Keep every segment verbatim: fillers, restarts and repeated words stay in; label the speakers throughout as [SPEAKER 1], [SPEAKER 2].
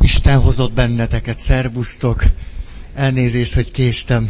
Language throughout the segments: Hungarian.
[SPEAKER 1] Isten hozott benneteket, szerbusztok. Elnézést, hogy késtem.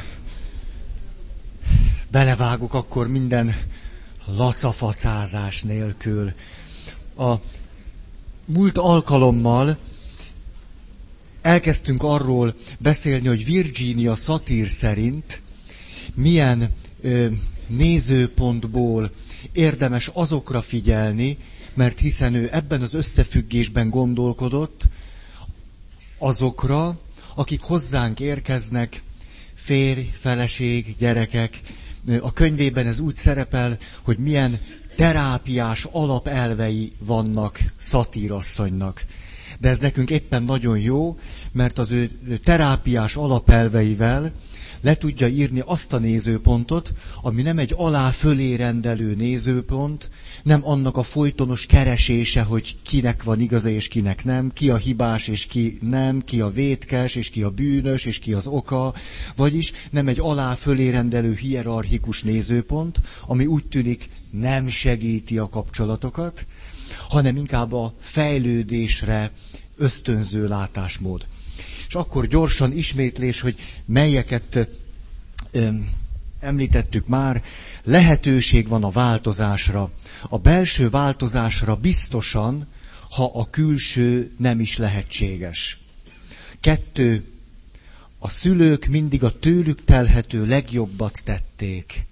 [SPEAKER 1] Belevágok akkor minden lacafacázás nélkül. A múlt alkalommal elkezdtünk arról beszélni, hogy Virginia Satir szerint milyen ö, nézőpontból érdemes azokra figyelni, mert hiszen ő ebben az összefüggésben gondolkodott, azokra, akik hozzánk érkeznek, férj, feleség, gyerekek. A könyvében ez úgy szerepel, hogy milyen terápiás alapelvei vannak Satir asszonynak. De ez nekünk éppen nagyon jó, mert az ő terápiás alapelveivel le tudja írni azt a nézőpontot, ami nem egy alá-fölé rendelő nézőpont, nem annak a folytonos keresése, hogy kinek van igaza és kinek nem, ki a hibás és ki nem, ki a vétkes és ki a bűnös és ki az oka, vagyis nem egy alá-fölé rendelő hierarchikus nézőpont, ami úgy tűnik nem segíti a kapcsolatokat, hanem inkább a fejlődésre ösztönző látásmód. És akkor gyorsan ismétlés, hogy melyeket öm, említettük már, lehetőség van a változásra. A belső változásra biztosan, ha a külső nem is lehetséges. Kettő, a szülők mindig a tőlük telhető legjobbat tették.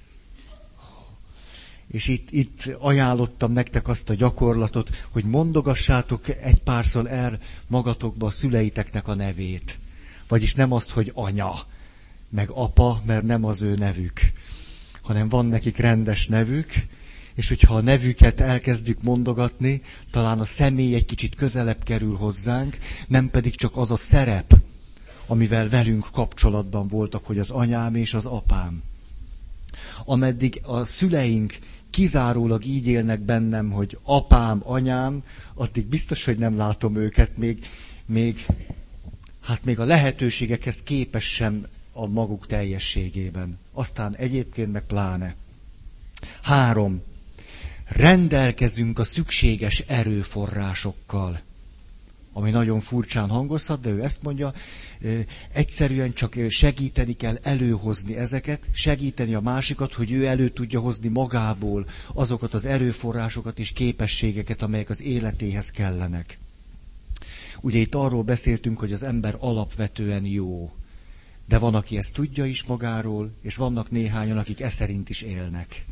[SPEAKER 1] És itt, itt ajánlottam nektek azt a gyakorlatot, hogy mondogassátok egy párszor el magatokba a szüleiteknek a nevét. Vagyis nem azt, hogy anya, meg apa, mert nem az ő nevük, hanem van nekik rendes nevük, és hogyha a nevüket elkezdjük mondogatni, talán a személy egy kicsit közelebb kerül hozzánk, nem pedig csak az a szerep, amivel velünk kapcsolatban voltak, hogy az anyám és az apám. Ameddig a szüleink kizárólag így élnek bennem, hogy apám, anyám, addig biztos, hogy nem látom őket, még, még, hát még a lehetőségekhez képes sem a maguk teljességében. Aztán egyébként meg pláne. Három. Rendelkezünk a szükséges erőforrásokkal. Ami nagyon furcsán hangozhat, de ő ezt mondja, egyszerűen csak segíteni kell előhozni ezeket, segíteni a másikat, hogy ő elő tudja hozni magából azokat az erőforrásokat és képességeket, amelyek az életéhez kellenek. Ugye itt arról beszéltünk, hogy az ember alapvetően jó, de van, aki ezt tudja is magáról, és vannak néhányan, akik e szerint is élnek.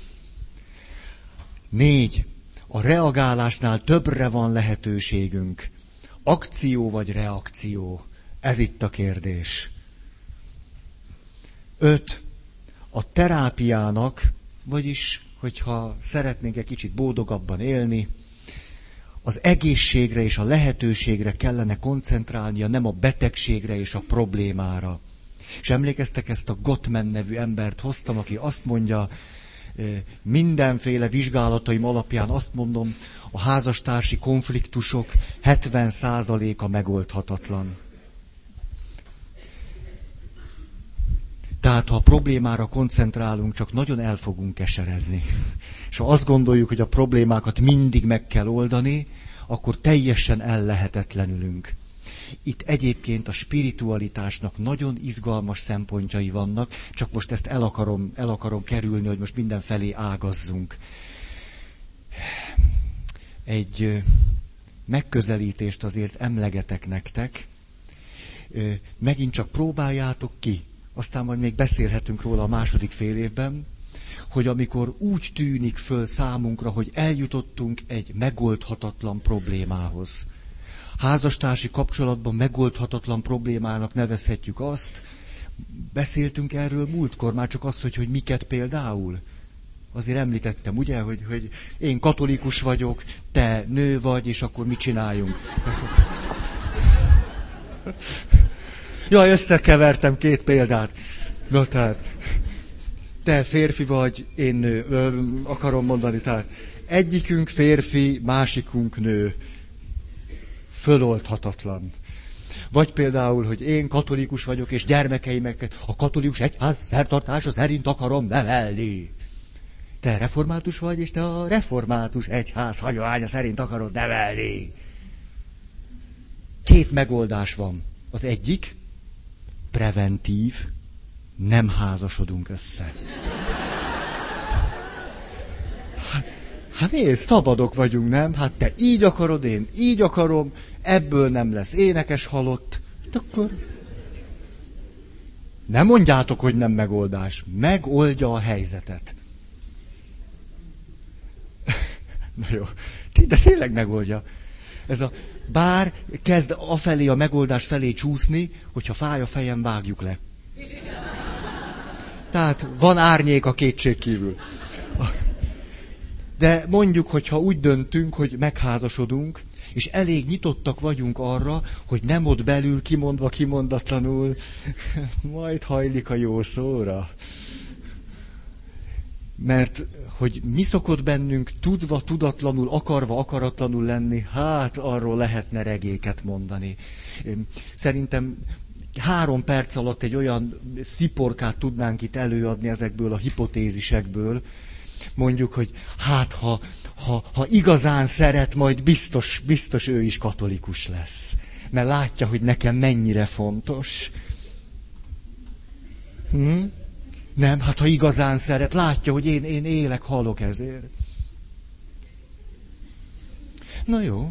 [SPEAKER 1] Négy. A reagálásnál többre van lehetőségünk. Akció vagy reakció? Ez itt a kérdés. Öt. A terápiának, vagyis, hogyha szeretnénk egy kicsit boldogabban élni, az egészségre és a lehetőségre kellene koncentrálnia, nem a betegségre és a problémára. És emlékeztek, ezt a Gottman nevű embert hoztam, aki azt mondja, mindenféle vizsgálataim alapján azt mondom, a házastársi konfliktusok hetven százaléka megoldhatatlan. Tehát, ha a problémára koncentrálunk, csak nagyon el fogunk keseredni. És ha azt gondoljuk, hogy a problémákat mindig meg kell oldani, akkor teljesen ellehetetlenülünk. Itt egyébként a spiritualitásnak nagyon izgalmas szempontjai vannak, csak most ezt el akarom, el akarom kerülni, hogy most mindenfelé ágazzunk. Egy megközelítést azért emlegetek nektek. Megint csak próbáljátok ki, aztán majd még beszélhetünk róla a második fél évben, hogy amikor úgy tűnik föl számunkra, hogy eljutottunk egy megoldhatatlan problémához. Házastársi kapcsolatban megoldhatatlan problémának nevezhetjük azt, beszéltünk erről múltkor, már csak az, hogy, hogy miket például. Azért említettem, ugye, hogy, hogy én katolikus vagyok, te nő vagy, és akkor mit csináljunk? Jaj, összekevertem két példát. Na tehát, te férfi vagy, én nő, ö, akarom mondani, tehát egyikünk férfi, másikunk nő. Föloldhatatlan. Vagy például, hogy én katolikus vagyok, és gyermekeimet a katolikus egyház szertartása szerint akarom nevelni. Te református vagy, és te a református egyház hagyománya szerint akarod nevelni. két megoldás van. Az egyik, preventív, nem házasodunk össze. Hát, hát mi, szabadok vagyunk, nem? Hát te így akarod, én így akarom, ebből nem lesz énekes halott. De akkor nem mondjátok, hogy nem megoldás. Megoldja a helyzetet. Na jó, de tényleg megoldja. Ez a bár kezd afelé, a megoldás felé csúszni, hogyha fáj a fejem, vágjuk le. Tehát van árnyék a kétség kívül. De mondjuk, hogyha úgy döntünk, hogy megházasodunk, és elég nyitottak vagyunk arra, hogy nem ott belül, kimondva, kimondatlanul, majd hajlik a jó szóra. Mert hogy mi szokott bennünk tudva, tudatlanul, akarva, akaratlanul lenni, hát arról lehetne regéket mondani. Szerintem három perc alatt egy olyan sziporkát tudnánk itt előadni ezekből a hipotézisekből, mondjuk, hogy hát ha, ha, ha igazán szeret, majd biztos, biztos ő is katolikus lesz. Mert látja, hogy nekem mennyire fontos. Hm? Nem, hát ha igazán szeret, látja, hogy én, én élek, halok ezért. Na jó.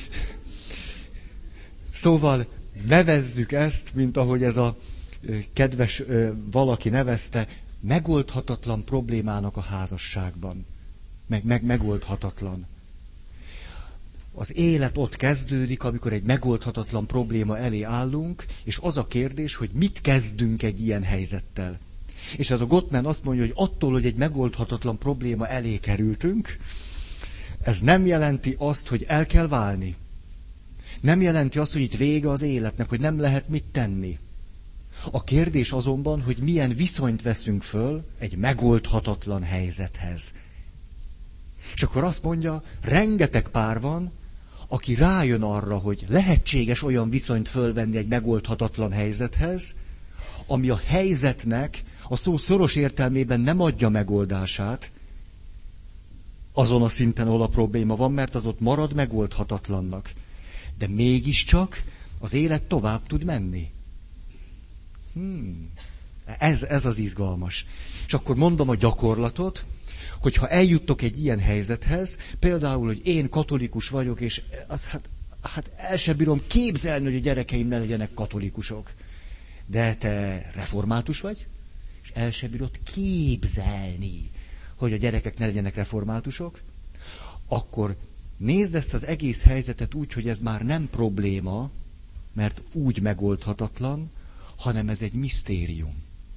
[SPEAKER 1] Szóval nevezzük ezt, mint ahogy ez a kedves valaki nevezte, megoldhatatlan problémának a házasságban. Meg, meg megoldhatatlan. Az élet ott kezdődik, amikor egy megoldhatatlan probléma elé állunk, és az a kérdés, hogy mit kezdünk egy ilyen helyzettel. És ez a Gottman azt mondja, hogy attól, hogy egy megoldhatatlan probléma elé kerültünk, ez nem jelenti azt, hogy el kell válni. Nem jelenti azt, hogy itt vége az életnek, hogy nem lehet mit tenni. A kérdés azonban, hogy milyen viszonyt veszünk föl egy megoldhatatlan helyzethez. És akkor azt mondja, rengeteg pár van, aki rájön arra, hogy lehetséges olyan viszonyt fölvenni egy megoldhatatlan helyzethez, ami a helyzetnek a szó szoros értelmében nem adja megoldását, azon a szinten, ahol a probléma van, mert az ott marad megoldhatatlannak. De mégiscsak az élet tovább tud menni. Hmm. Ez, ez az izgalmas. És akkor mondom a gyakorlatot, hogyha eljuttok egy ilyen helyzethez, például, hogy én katolikus vagyok, és az, hát, hát el sem bírom képzelni, hogy a gyerekeim ne legyenek katolikusok. De te református vagy, és el sem bírod képzelni, hogy a gyerekek ne legyenek reformátusok, akkor nézd ezt az egész helyzetet úgy, hogy ez már nem probléma, mert úgy megoldhatatlan, hanem ez egy misztérium.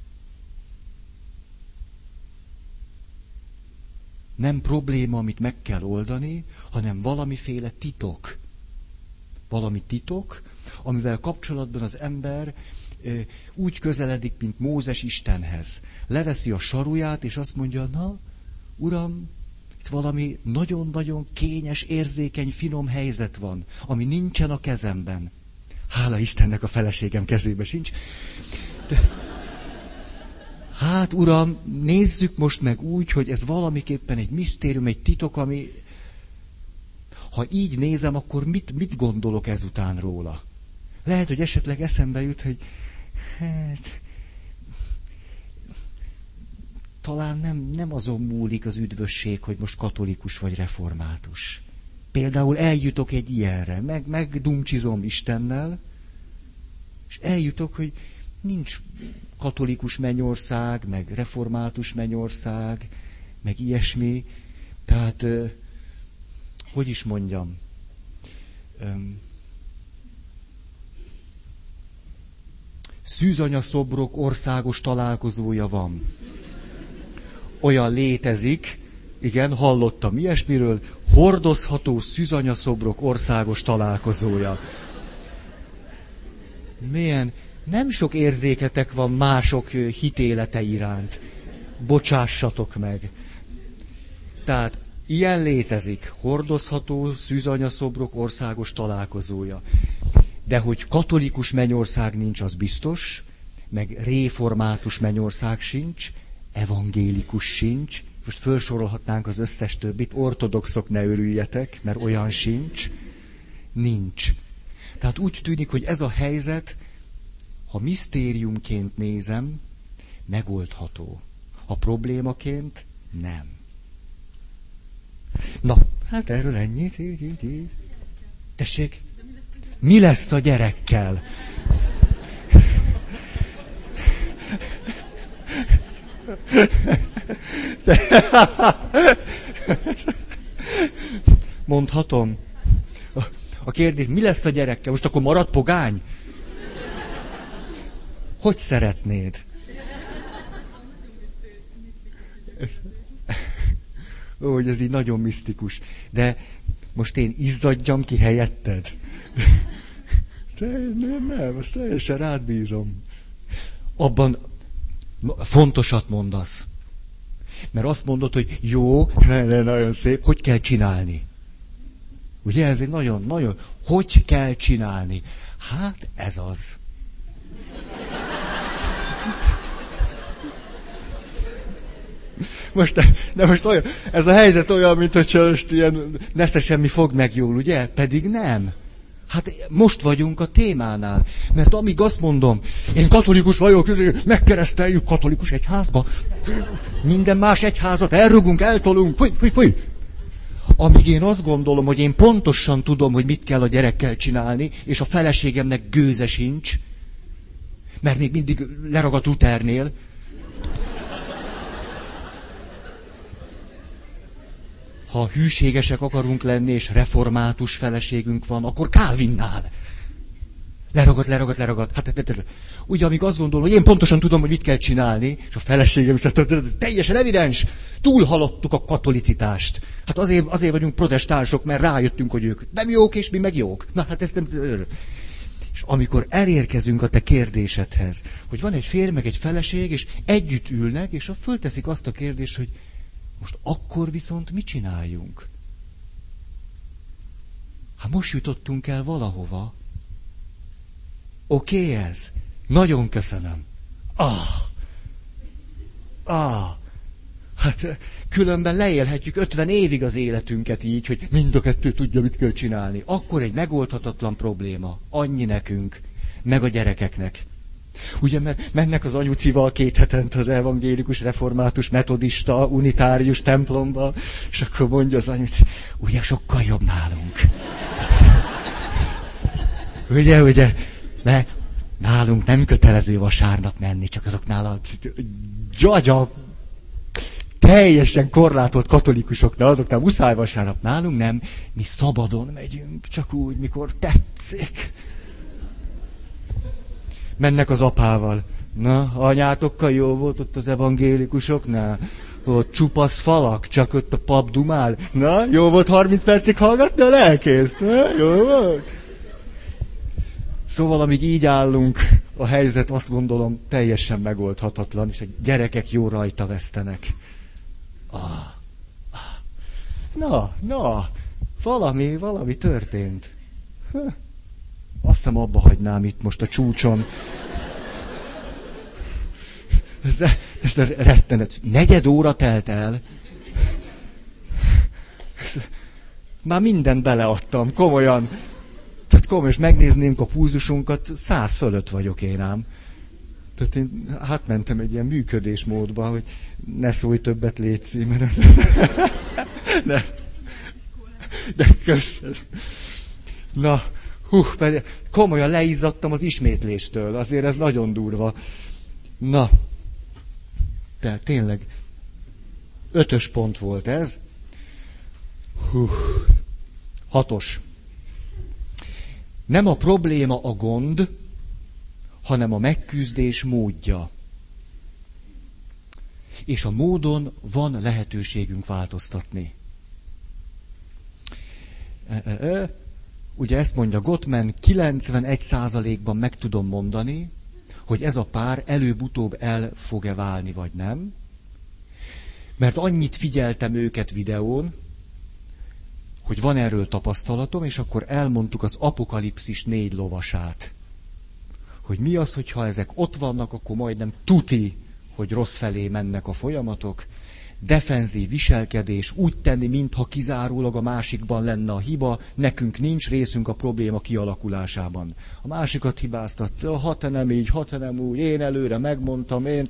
[SPEAKER 1] Nem probléma, amit meg kell oldani, hanem valamiféle titok. Valami titok, amivel kapcsolatban az ember úgy közeledik, mint Mózes Istenhez. Leveszi a saruját, és azt mondja, na, Uram, itt valami nagyon-nagyon kényes, érzékeny, finom helyzet van, ami nincsen a kezemben. Hála Istennek, a feleségem kezébe sincs. De, hát, Uram, nézzük most meg úgy, hogy ez valamiképpen egy misztérium, egy titok, ami... Ha így nézem, akkor mit, mit gondolok ezután róla? Lehet, hogy esetleg eszembe jut, hogy hát, talán nem, nem azon múlik az üdvösség, hogy most katolikus vagy református. Például eljutok egy ilyenre, meg, megdumcsizom Istennel, és eljutok, hogy nincs katolikus mennyország, meg református mennyország, meg ilyesmi. Tehát, hogy is mondjam, szűzanyaszobrok országos találkozója van. Olyan létezik, igen, hallottam ilyesmiről, hordozható szűzanyaszobrok országos találkozója. Milyen, nem sok érzéketek van mások hitélete iránt. Bocsássatok meg. Tehát ilyen létezik, hordozható szűzanyaszobrok országos találkozója. De hogy katolikus mennyország nincs, az biztos, meg réformátus mennyország sincs, evangélikus sincs, most felsorolhatnánk az összes többit, ortodoxok, ne örüljetek, mert olyan sincs, nincs. Tehát úgy tűnik, hogy ez a helyzet, ha misztériumként nézem, megoldható. Ha problémaként, nem. Na, hát erről ennyit. Így, így, így. Tessék, mi lesz a gyerekkel? Mondhatom. A kérdés, mi lesz a gyerekkel? Most akkor marad pogány? Hogy szeretnéd? Ez... Ó, hogy ez így nagyon misztikus. De most én izzadjam ki helyetted? De nem, nem, azt teljesen rád bízom. Abban fontosat mondasz. Mert azt mondod, hogy jó, ne, ne, nagyon szép, hogy kell csinálni. Ugye ez egy nagyon, nagyon, hogy kell csinálni? Hát ez az. Most, de most olyan, ez a helyzet olyan, mint hogyha most ilyen nesze semmi fog meg jól, ugye? Pedig nem. Hát most vagyunk a témánál. Mert amíg azt mondom, én katolikus vagyok, megkereszteljük katolikus egyházba, minden más egyházat elrugunk, eltolunk, fúj, fúj, fúj. Amíg én azt gondolom, hogy én pontosan tudom, hogy mit kell a gyerekkel csinálni, és a feleségemnek gőze sincs, mert még mindig leragadt Luthernél. Ha hűségesek akarunk lenni, és református feleségünk van, akkor Calvinnál. Leragadt, leragadt, leragadt. Hát, ugye, amíg azt gondolom, hogy én pontosan tudom, hogy mit kell csinálni, és a feleségem is teljesen evidens, túlhaladtuk a katolicitást. Hát azért, azért vagyunk protestánsok, mert rájöttünk, hogy ők nem jók, és mi meg jók. Na hát ezt nem... És amikor elérkezünk a te kérdésedhez, hogy van egy férj, meg egy feleség, és együtt ülnek, és fölteszik azt a kérdést, hogy most akkor viszont mit csináljunk? Hát most jutottunk el valahova. Oké okay, ez? Nagyon köszönöm. Ah! Ah! Hát különben leélhetjük ötven évig az életünket így, hogy mind a kettő tudja, mit kell csinálni. Akkor egy megoldhatatlan probléma. Annyi nekünk, meg a gyerekeknek. Ugye, mert mennek az anyucival két hetente az evangélikus, református, metodista, unitárius templomba, és akkor mondja az anyuci, ugye sokkal jobb nálunk. Ugye, ugye, mert nálunk nem kötelező vasárnap menni, csak azoknál a gyagya, teljesen korlátolt katolikusoknál, azoknál muszáj vasárnap, nálunk nem, mi szabadon megyünk, csak úgy, mikor tetszik. Mennek az apával. Na, anyátokkal jó volt ott az evangélikusoknál? Ott csupasz falak, csak ott a pap dumál. Na, jó volt harminc percig hallgatni a lelkészt? Na, jó volt? Szóval, amíg így állunk, a helyzet azt gondolom teljesen megoldhatatlan, és a gyerekek jó rajta vesztenek. Ah, ah. Na, na, valami, valami történt. Huh. Azt hiszem, abba hagynám itt most a csúcson. Ez, ez rettenet. Negyed óra telt el. Már mindent beleadtam, komolyan. Tehát komolyan, és megnézném a pulzusunkat, száz fölött vagyok én ám. Tehát én átmentem egy ilyen működésmódba, hogy ne szólj többet, létszik. Mert... De, de köszönöm. Na, hú, pedig komolyan leizzadtam az ismétléstől, azért ez nagyon durva. Na, de tényleg, ötös pont volt ez. Hú, hatos. Nem a probléma a gond, hanem a megküzdés módja. És a módon van lehetőségünk változtatni. Ugye ezt mondja Gottman, kilencvenegy százalékban meg tudom mondani, hogy ez a pár előbb-utóbb el fog-e válni, vagy nem. Mert annyit figyeltem őket videón, hogy van erről tapasztalatom, és akkor elmondtuk az Apokalipszis négy lovasát. Hogy mi az, hogyha ezek ott vannak, akkor majdnem tuti, hogy rossz felé mennek a folyamatok, defenzív viselkedés, úgy tenni, mintha kizárólag a másikban lenne a hiba, nekünk nincs részünk a probléma kialakulásában. A másikat hibáztatta, ha te nem így, ha te nem úgy, én előre megmondtam, én...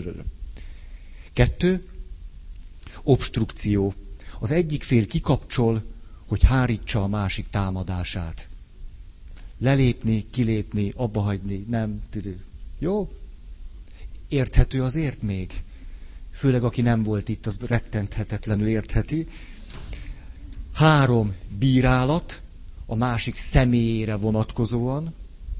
[SPEAKER 1] Kettő, obstrukció. Az egyik fél kikapcsol, hogy hárítsa a másik támadását. Lelépni, kilépni, abbahagyni, nem. Jó? Érthető azért még? Főleg aki nem volt itt, az rettenthetetlenül értheti. Három, bírálat, a másik személyére vonatkozóan.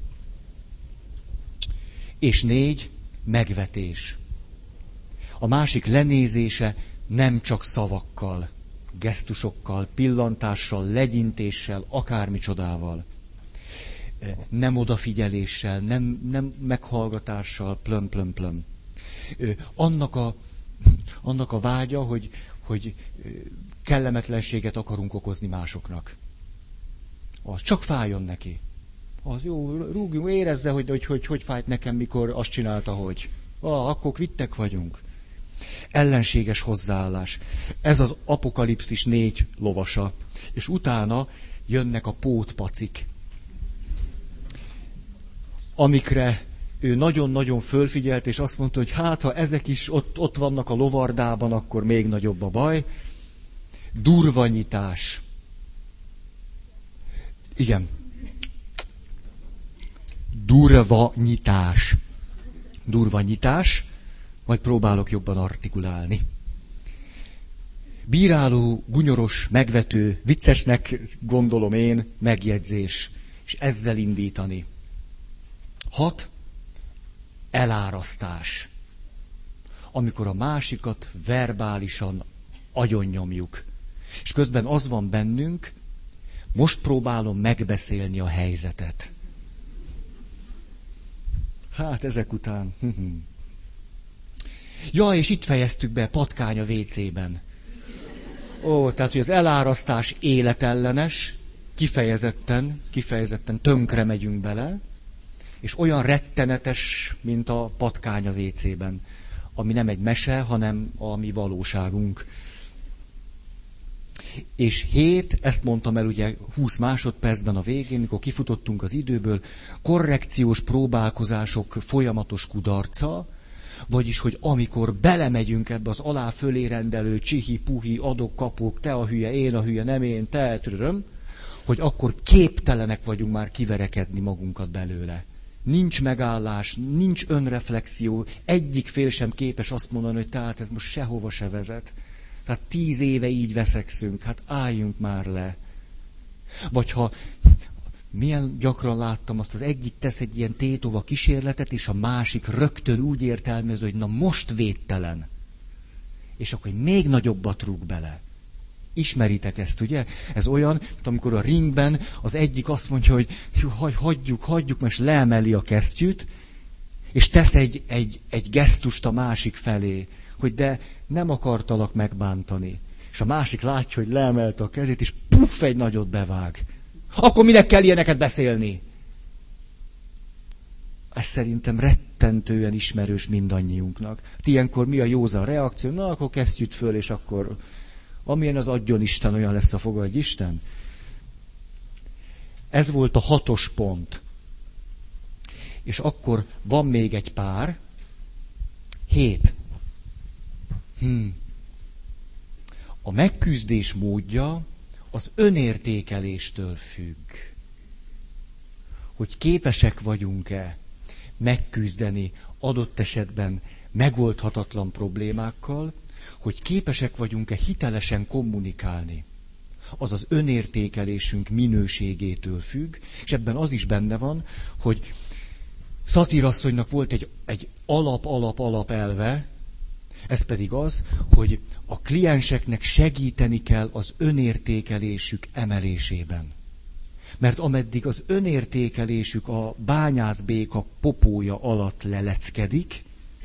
[SPEAKER 1] És négy, megvetés. A másik lenézése nem csak szavakkal, gesztusokkal, pillantással, legyintéssel, akármicsodával. Nem odafigyeléssel, nem, nem meghallgatással, plöm, plöm, plöm. Annak a, annak a vágya, hogy, hogy kellemetlenséget akarunk okozni másoknak. Az csak fájjon neki. Az jó, rúgjunk, érezze, hogy hogy, hogy hogy fájt nekem, mikor azt csinálta, hogy. Ah, akkor kvittek vagyunk. Ellenséges hozzáállás. Ez az apokalipszis négy lovasa. És utána jönnek a pótpacik, amikre ő nagyon-nagyon fölfigyelt, és azt mondta, hogy hát, ha ezek is ott, ott vannak a lovardában, akkor még nagyobb a baj. Durvanyitás. Igen. Durvanyitás. Durvanyitás. Majd próbálok jobban artikulálni. Bíráló, gunyoros, megvető, viccesnek gondolom én, megjegyzés. És ezzel indítani. Hat, elárasztás. Amikor a másikat verbálisan agyonnyomjuk. És közben az van bennünk, most próbálom megbeszélni a helyzetet. Hát ezek után. Ja, és itt fejeztük be, patkány a vécében. Ó, tehát, hogy az elárasztás életellenes, kifejezetten, kifejezetten tönkre megyünk bele, és olyan rettenetes, mint a patkány a vécében, ami nem egy mese, hanem a mi valóságunk. És hét, ezt mondtam el ugye húsz másodpercben a végén, mikor kifutottunk az időből, korrekciós próbálkozások folyamatos kudarca, vagyis, hogy amikor belemegyünk ebbe az alá fölé rendelő csihi-puhi, adok-kapok, te a hülye, én a hülye, nem én, te, töröm, hogy akkor képtelenek vagyunk már kiverekedni magunkat belőle. Nincs megállás, nincs önreflexió, egyik fél sem képes azt mondani, hogy tehát ez most sehova se vezet. Tehát tíz éve így veszekszünk, hát álljunk már le. Vagy ha, milyen gyakran láttam azt, az egyik tesz egy ilyen tétova kísérletet, és a másik rögtön úgy értelmező, hogy na most védtelen. És akkor még nagyobbat rúg bele. Ismeritek ezt, ugye? Ez olyan, mint amikor a ringben az egyik azt mondja, hogy hagyjuk, hagyjuk, és leemeli a kesztyűt, és tesz egy, egy, egy gesztust a másik felé, hogy de nem akartalak megbántani. És a másik látja, hogy leemelte a kezét, és puff, egy nagyot bevág. Akkor minek kell ilyeneket beszélni? Ez szerintem rettentően ismerős mindannyiunknak. Hát ilyenkor mi a józan reakció? Na, akkor kesztyűt föl, és akkor amilyen az adjon Isten, olyan lesz a fogadj Isten. Ez volt a hatos pont. És akkor van még egy pár. Hét. Hmm. A megküzdés módja az önértékeléstől függ. Hogy képesek vagyunk-e megküzdeni adott esetben megoldhatatlan problémákkal, hogy képesek vagyunk-e hitelesen kommunikálni. Az az önértékelésünk minőségétől függ, és ebben az is benne van, hogy Szathírasszonynak volt egy, egy alap-alap-alap elve, ez pedig az, hogy a klienseknek segíteni kell az önértékelésük emelésében. Mert ameddig az önértékelésük a bányászbéka popója alatt leleckedik,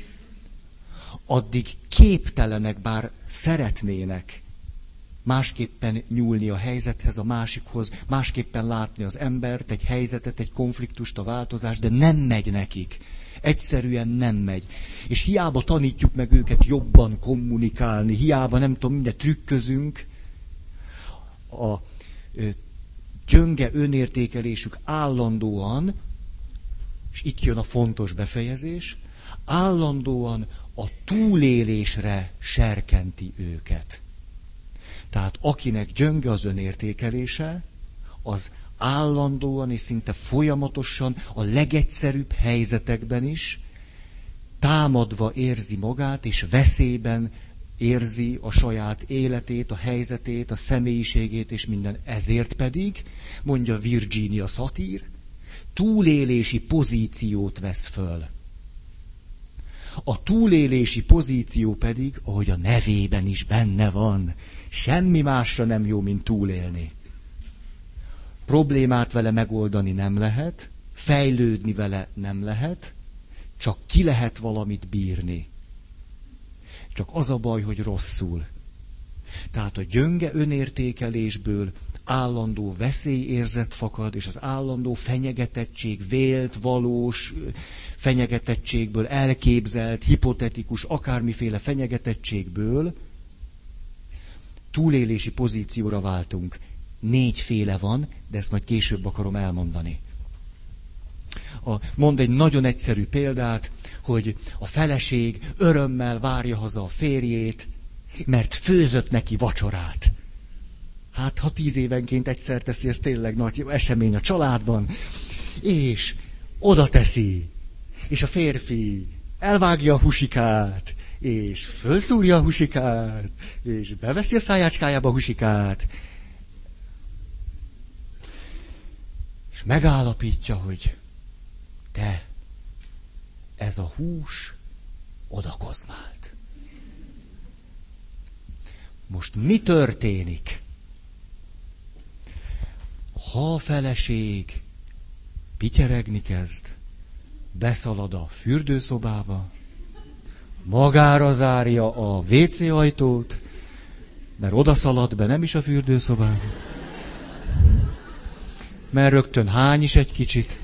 [SPEAKER 1] addig képtelenek, bár szeretnének másképpen nyúlni a helyzethez, a másikhoz, másképpen látni az embert, egy helyzetet, egy konfliktust, a változást, de nem megy nekik. Egyszerűen nem megy. És hiába tanítjuk meg őket jobban kommunikálni, hiába nem tudom, minden trükközünk, a ö, gyönge önértékelésük állandóan, és itt jön a fontos befejezés, állandóan a túlélésre serkenti őket. Tehát akinek gyönge az önértékelése, az állandóan és szinte folyamatosan a legegyszerűbb helyzetekben is támadva érzi magát, és veszélyben érzi a saját életét, a helyzetét, a személyiségét és minden. Ezért pedig, mondja Virginia Satir, túlélési pozíciót vesz föl. A túlélési pozíció pedig, ahogy a nevében is benne van, semmi másra nem jó, mint túlélni. Problémát vele megoldani nem lehet, fejlődni vele nem lehet, csak ki lehet valamit bírni. Csak az a baj, hogy rosszul. Tehát a gyönge önértékelésből állandó veszélyérzet fakad, és az állandó fenyegetettség, vélt, valós fenyegetettségből, elképzelt, hipotetikus, akármiféle fenyegetettségből túlélési pozícióra váltunk. Négyféle van, de ezt majd később akarom elmondani. A, mond egy nagyon egyszerű példát, hogy a feleség örömmel várja haza a férjét, mert főzött neki vacsorát. Hát, ha tíz évenként egyszer teszi, ez tényleg nagy esemény a családban, és oda teszi, és a férfi elvágja a husikát, és fölszúrja a husikát, és beveszi a szájácskájába a husikát, és megállapítja, hogy te, ez a hús odakozmált. Most mi történik? Ha a feleség pityeregni kezd, beszalad a fürdőszobába, magára zárja a vé cé ajtót, mert oda szalad be nem is a fürdőszobába, mert rögtön hány is egy kicsit.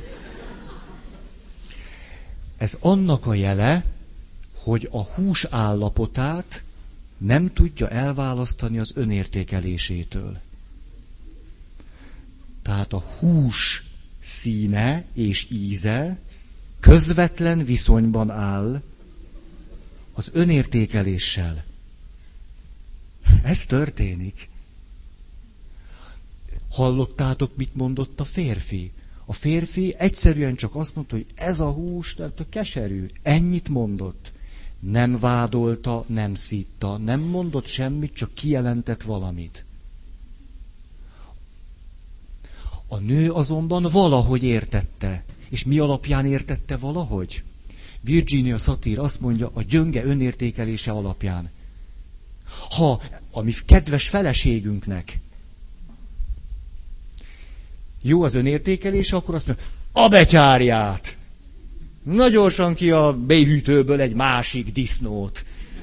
[SPEAKER 1] Ez annak a jele, hogy a hús állapotát nem tudja elválasztani az önértékelésétől. Tehát a hús színe és íze közvetlen viszonyban áll az önértékeléssel. Ez történik. Hallottátok, mit mondott a férfi? A férfi egyszerűen csak azt mondta, hogy ez a hús, tehát a keserű. Ennyit mondott. Nem vádolta, nem szitta, nem mondott semmit, csak kijelentett valamit. A nő azonban valahogy értette. És mi alapján értette valahogy? Virginia Satir azt mondja, a gyönge önértékelése alapján. Ha a mi kedves feleségünknek jó az önértékelése, akkor azt mondja, a betyárját! Na gyorsan ki a bélyhűtőből egy másik disznót.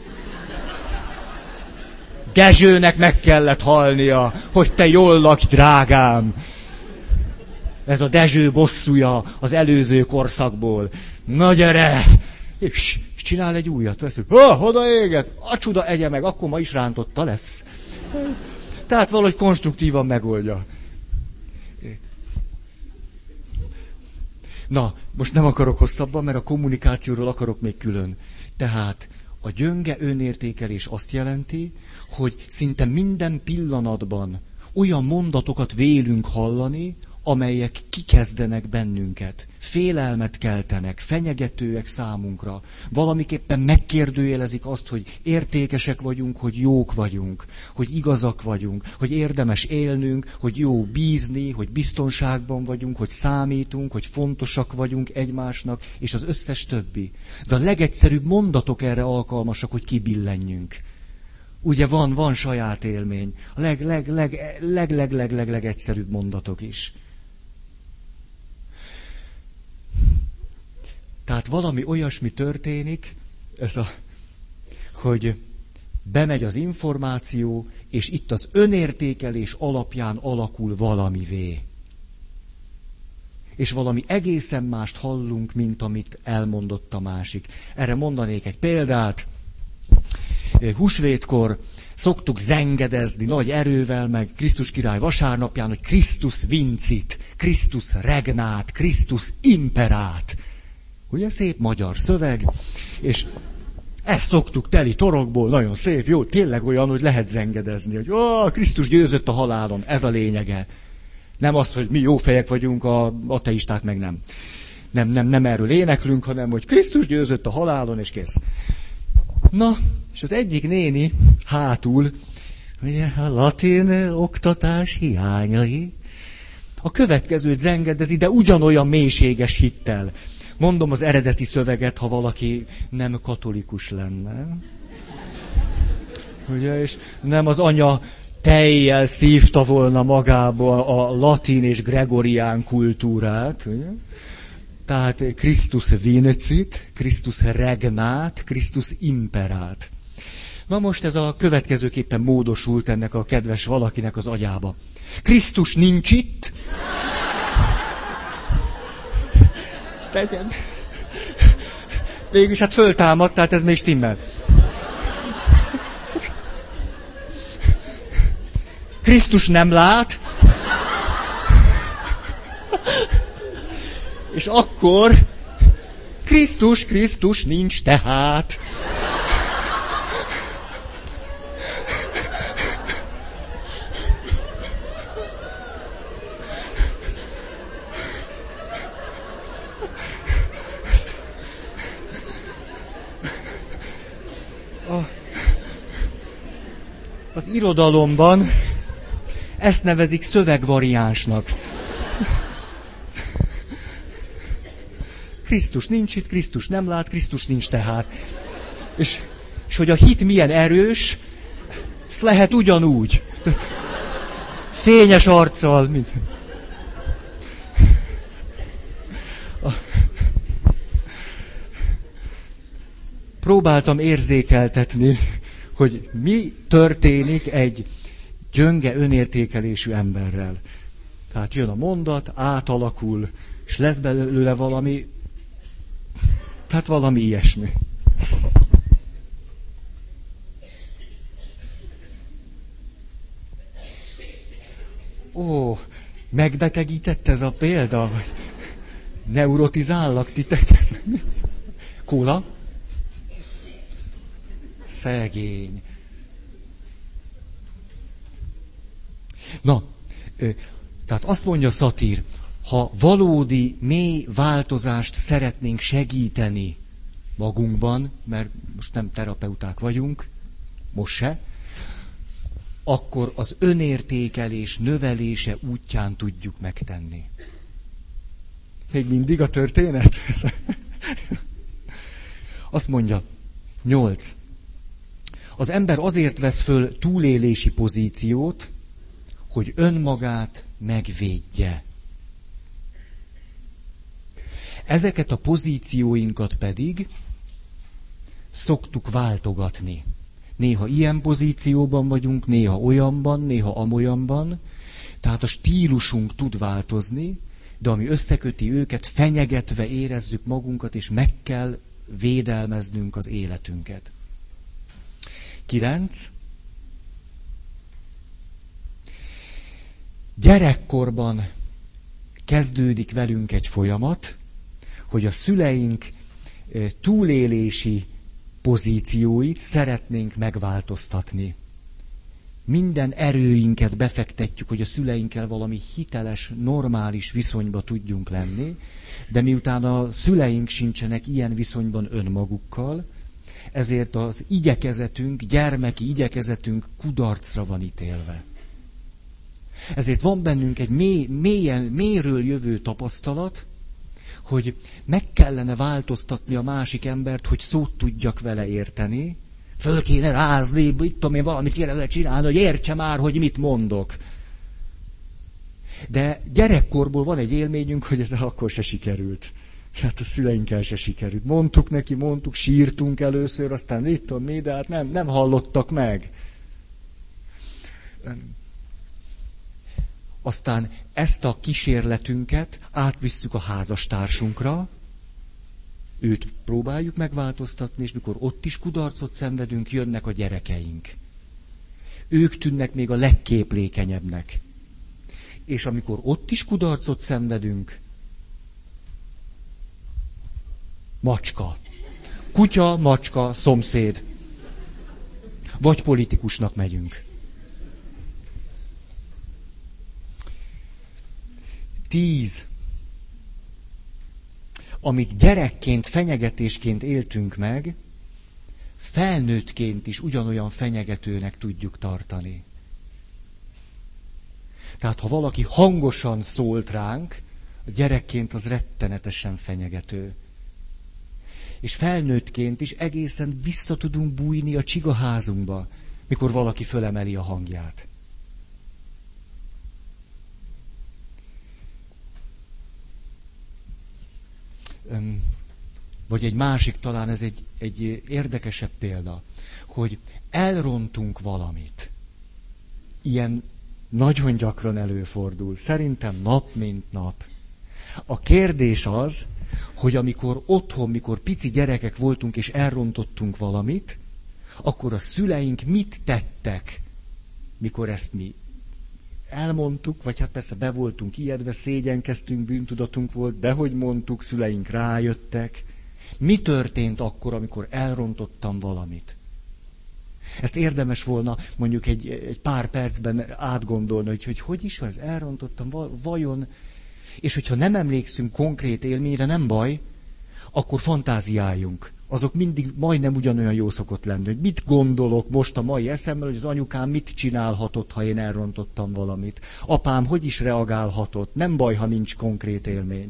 [SPEAKER 1] Dezsőnek meg kellett halnia, hogy te jól lakj, drágám. Ez a Dezső bosszúja az előző korszakból. Na gyere! És csinál egy újat. Veszünk. Oh, oda éget! A csuda egye meg, akkor ma is rántotta lesz. Tehát valahogy konstruktívan megoldja. Na, most nem akarok hosszabban, mert a kommunikációról akarok még külön. Tehát a gyönge önértékelés azt jelenti, hogy szinte minden pillanatban olyan mondatokat vélünk hallani, amelyek kikezdenek bennünket, félelmet keltenek, fenyegetőek számunkra, valamiképpen megkérdőjelezik azt, hogy értékesek vagyunk, hogy jók vagyunk, hogy igazak vagyunk, hogy érdemes élnünk, hogy jó bízni, hogy biztonságban vagyunk, hogy számítunk, hogy fontosak vagyunk egymásnak, és az összes többi. De a legegyszerűbb mondatok erre alkalmasak, hogy kibillenjünk. Ugye van, van saját élmény. A leg, leg, leg, leg, leg, leg, leg, leg egyszerűbb mondatok is. Tehát valami olyasmi történik, ez a, hogy bemegy az információ, és itt az önértékelés alapján alakul valamivé. és valami egészen mást hallunk, mint amit elmondott a másik. Erre mondanék egy példát. Húsvétkor szoktuk zengedezni nagy erővel, meg Krisztus király vasárnapján, hogy Christus vincit, Christus regnát, Christus imperát. Ugye szép magyar szöveg, és ezt szoktuk teli torokból, nagyon szép, jó, tényleg olyan, hogy lehet zengedezni, hogy ó, Krisztus győzött a halálon, ez a lényege. Nem az, hogy mi jó fejek vagyunk, a ateisták meg nem. Nem, nem, nem erről éneklünk, hanem hogy Krisztus győzött a halálon, és kész. Na, és az egyik néni hátul, ugye a latin oktatás hiányai, a következőt zengedezi, de ugyanolyan mélységes hittel. Mondom az eredeti szöveget, ha valaki nem katolikus lenne. Ugye, és nem az anya tejjel szívta volna magába a latin és gregorián kultúrát. Ugye? Tehát Christus vincit, Christus regnát, Christus imperát. Na most ez a következőképpen módosult ennek a kedves valakinek az agyába. Krisztus nincs itt. Végülis hát föltámadt, tehát ez még stimmel. Krisztus nem lát. És akkor Krisztus, Krisztus nincs tehát. Az irodalomban ezt nevezik szövegvariánsnak. Krisztus nincs itt, Krisztus nem lát, Krisztus nincs tehát. És, és hogy a hit milyen erős, ezt lehet ugyanúgy. Fényes arccal. Mint... Próbáltam érzékeltetni, hogy mi történik egy gyönge önértékelésű emberrel. Tehát jön a mondat, átalakul, és lesz belőle valami, tehát valami ilyesmi. Ó, megbetegített ez a példa? Vagy neurotizállak titeket? Kóla? Szegény. Na, tehát azt mondja Szatír, ha valódi, mély változást szeretnénk segíteni magunkban, mert most nem terapeuták vagyunk, most se, akkor az önértékelés növelése útján tudjuk megtenni. Még mindig a történet? Azt mondja, nyolc. Az ember azért vesz föl túlélési pozíciót, hogy önmagát megvédje. Ezeket a pozícióinkat pedig szoktuk váltogatni. Néha ilyen pozícióban vagyunk, néha olyanban, néha amolyanban. Tehát a stílusunk tud változni, de ami összeköti őket, fenyegetve érezzük magunkat, és meg kell védelmeznünk az életünket. Kilenc. Gyerekkorban kezdődik velünk egy folyamat, hogy a szüleink túlélési pozícióit szeretnénk megváltoztatni. Minden erőinket befektetjük, hogy a szüleinkkel valami hiteles, normális viszonyba tudjunk lenni, de miután a szüleink sincsenek ilyen viszonyban önmagukkal, ezért az igyekezetünk, gyermeki igyekezetünk kudarcra van ítélve. Ezért van bennünk egy mély, mélyen, mélyről jövő tapasztalat, hogy meg kellene változtatni a másik embert, hogy szót tudjak vele érteni, föl kéne rázni, itt tudom én, valamit kéne vele csinálni, hogy értse már, hogy mit mondok. De gyerekkorból van egy élményünk, hogy ez akkor se sikerült. Hát a szüleinkkel se sikerült. Mondtuk neki, mondtuk, sírtunk először, aztán itt tudom mi, de hát nem, nem hallottak meg. aztán ezt a kísérletünket átvisszük a házastársunkra, őt próbáljuk megváltoztatni, és mikor ott is kudarcot szenvedünk, jönnek a gyerekeink. Ők tűnnek még a legképlékenyebbnek. És amikor ott is kudarcot szenvedünk, macska. Kutya, macska, szomszéd. Vagy politikusnak megyünk. Tíz. Amit gyerekként, fenyegetésként éltünk meg, felnőttként is ugyanolyan fenyegetőnek tudjuk tartani. Tehát ha valaki hangosan szólt ránk, a gyerekként az rettenetesen fenyegető. És felnőttként is egészen vissza tudunk bújni a csigaházunkba, mikor valaki fölemeli a hangját. Vagy egy másik, talán ez egy, egy érdekesebb példa, hogy elrontunk valamit. Ilyen nagyon gyakran előfordul. Szerintem nap mint nap. A kérdés az, hogy amikor otthon, mikor pici gyerekek voltunk és elrontottunk valamit, akkor a szüleink mit tettek, mikor ezt mi elmondtuk, vagy hát persze be voltunk ijedve, szégyenkeztünk, bűntudatunk volt, de hogy mondtuk, szüleink rájöttek. Mi történt akkor, amikor elrontottam valamit? Ezt érdemes volna mondjuk egy, egy pár percben átgondolni, hogy, hogy hogy is van, ez elrontottam, vajon... És hogyha nem emlékszünk konkrét élményre, nem baj, akkor fantáziáljunk. Azok mindig majdnem ugyanolyan jó szokott lenni. Hogy mit gondolok most a mai eszemmel, hogy az anyukám mit csinálhatott, ha én elrontottam valamit. Apám hogy is reagálhatott. Nem baj, ha nincs konkrét élmény.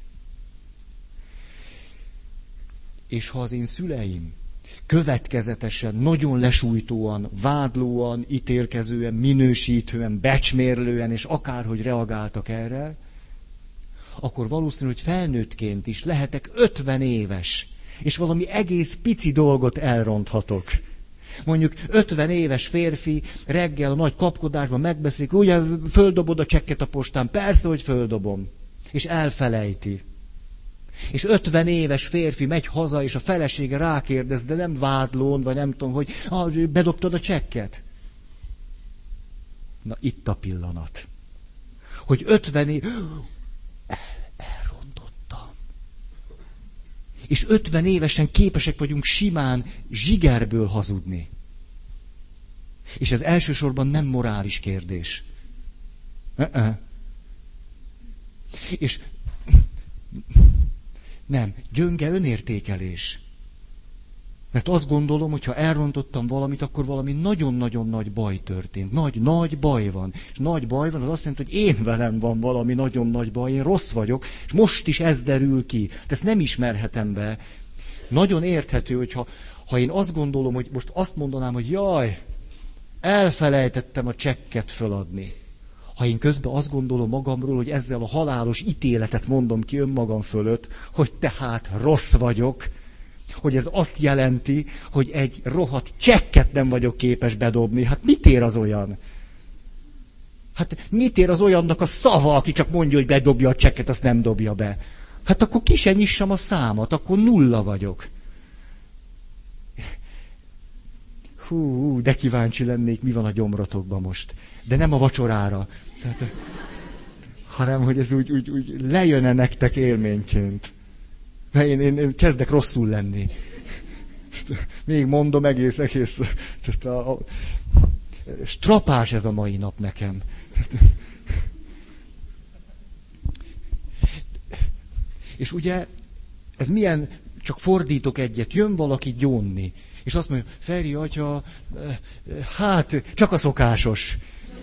[SPEAKER 1] És ha az én szüleim következetesen, nagyon lesújtóan, vádlóan, ítélkezően, minősítően, becsmérlően, és akárhogy reagáltak erre, akkor valószínű, hogy felnőttként is lehetek ötven éves, és valami egész pici dolgot elronthatok. Mondjuk ötven éves férfi reggel a nagy kapkodásban megbeszélik, ugye földobod a csekket a postán, persze, hogy földobom, és elfelejti. És ötven éves férfi megy haza, és a felesége rákérdez, de nem vádlón, vagy nem tudom, hogy ah, bedobtad a csekket. Na itt a pillanat. Hogy ötven év... El, elrontottam. És ötven évesen képesek vagyunk simán zsigerből hazudni. És ez elsősorban nem morális kérdés. Uh-uh. És nem, gyönge önértékelés. Mert azt gondolom, hogy ha elrontottam valamit, akkor valami nagyon-nagyon nagy baj történt. Nagy, nagy baj van. És nagy baj van, az azt jelenti, hogy én velem van valami nagyon nagy baj, én rossz vagyok, és most is ez derül ki. De ezt nem ismerhetem be. Nagyon érthető, hogyha ha én azt gondolom, hogy most azt mondanám, hogy jaj, elfelejtettem a csekket föladni. Ha én közben azt gondolom magamról, hogy ezzel a halálos ítéletet mondom ki önmagam fölött, hogy tehát rossz vagyok, hogy ez azt jelenti, hogy egy rohadt csekket nem vagyok képes bedobni. Hát mit ér az olyan? Hát mit ér az olyannak a szava, aki csak mondja, hogy bedobja a csekket, azt nem dobja be? Hát akkor ki se nyissam a számat, akkor nulla vagyok. Hú, de kíváncsi lennék, mi van a gyomrotokban most. De nem a vacsorára. Tehát, hanem, hogy ez úgy, úgy, úgy lejön-e nektek élményként. Mert én, én, én kezdek rosszul lenni. Még mondom egész, egész. A, a, strapás ez a mai nap nekem. És ugye, ez milyen, csak fordítok egyet, jön valaki gyónni. És azt mondja, Feri atya, hát, csak a szokásos.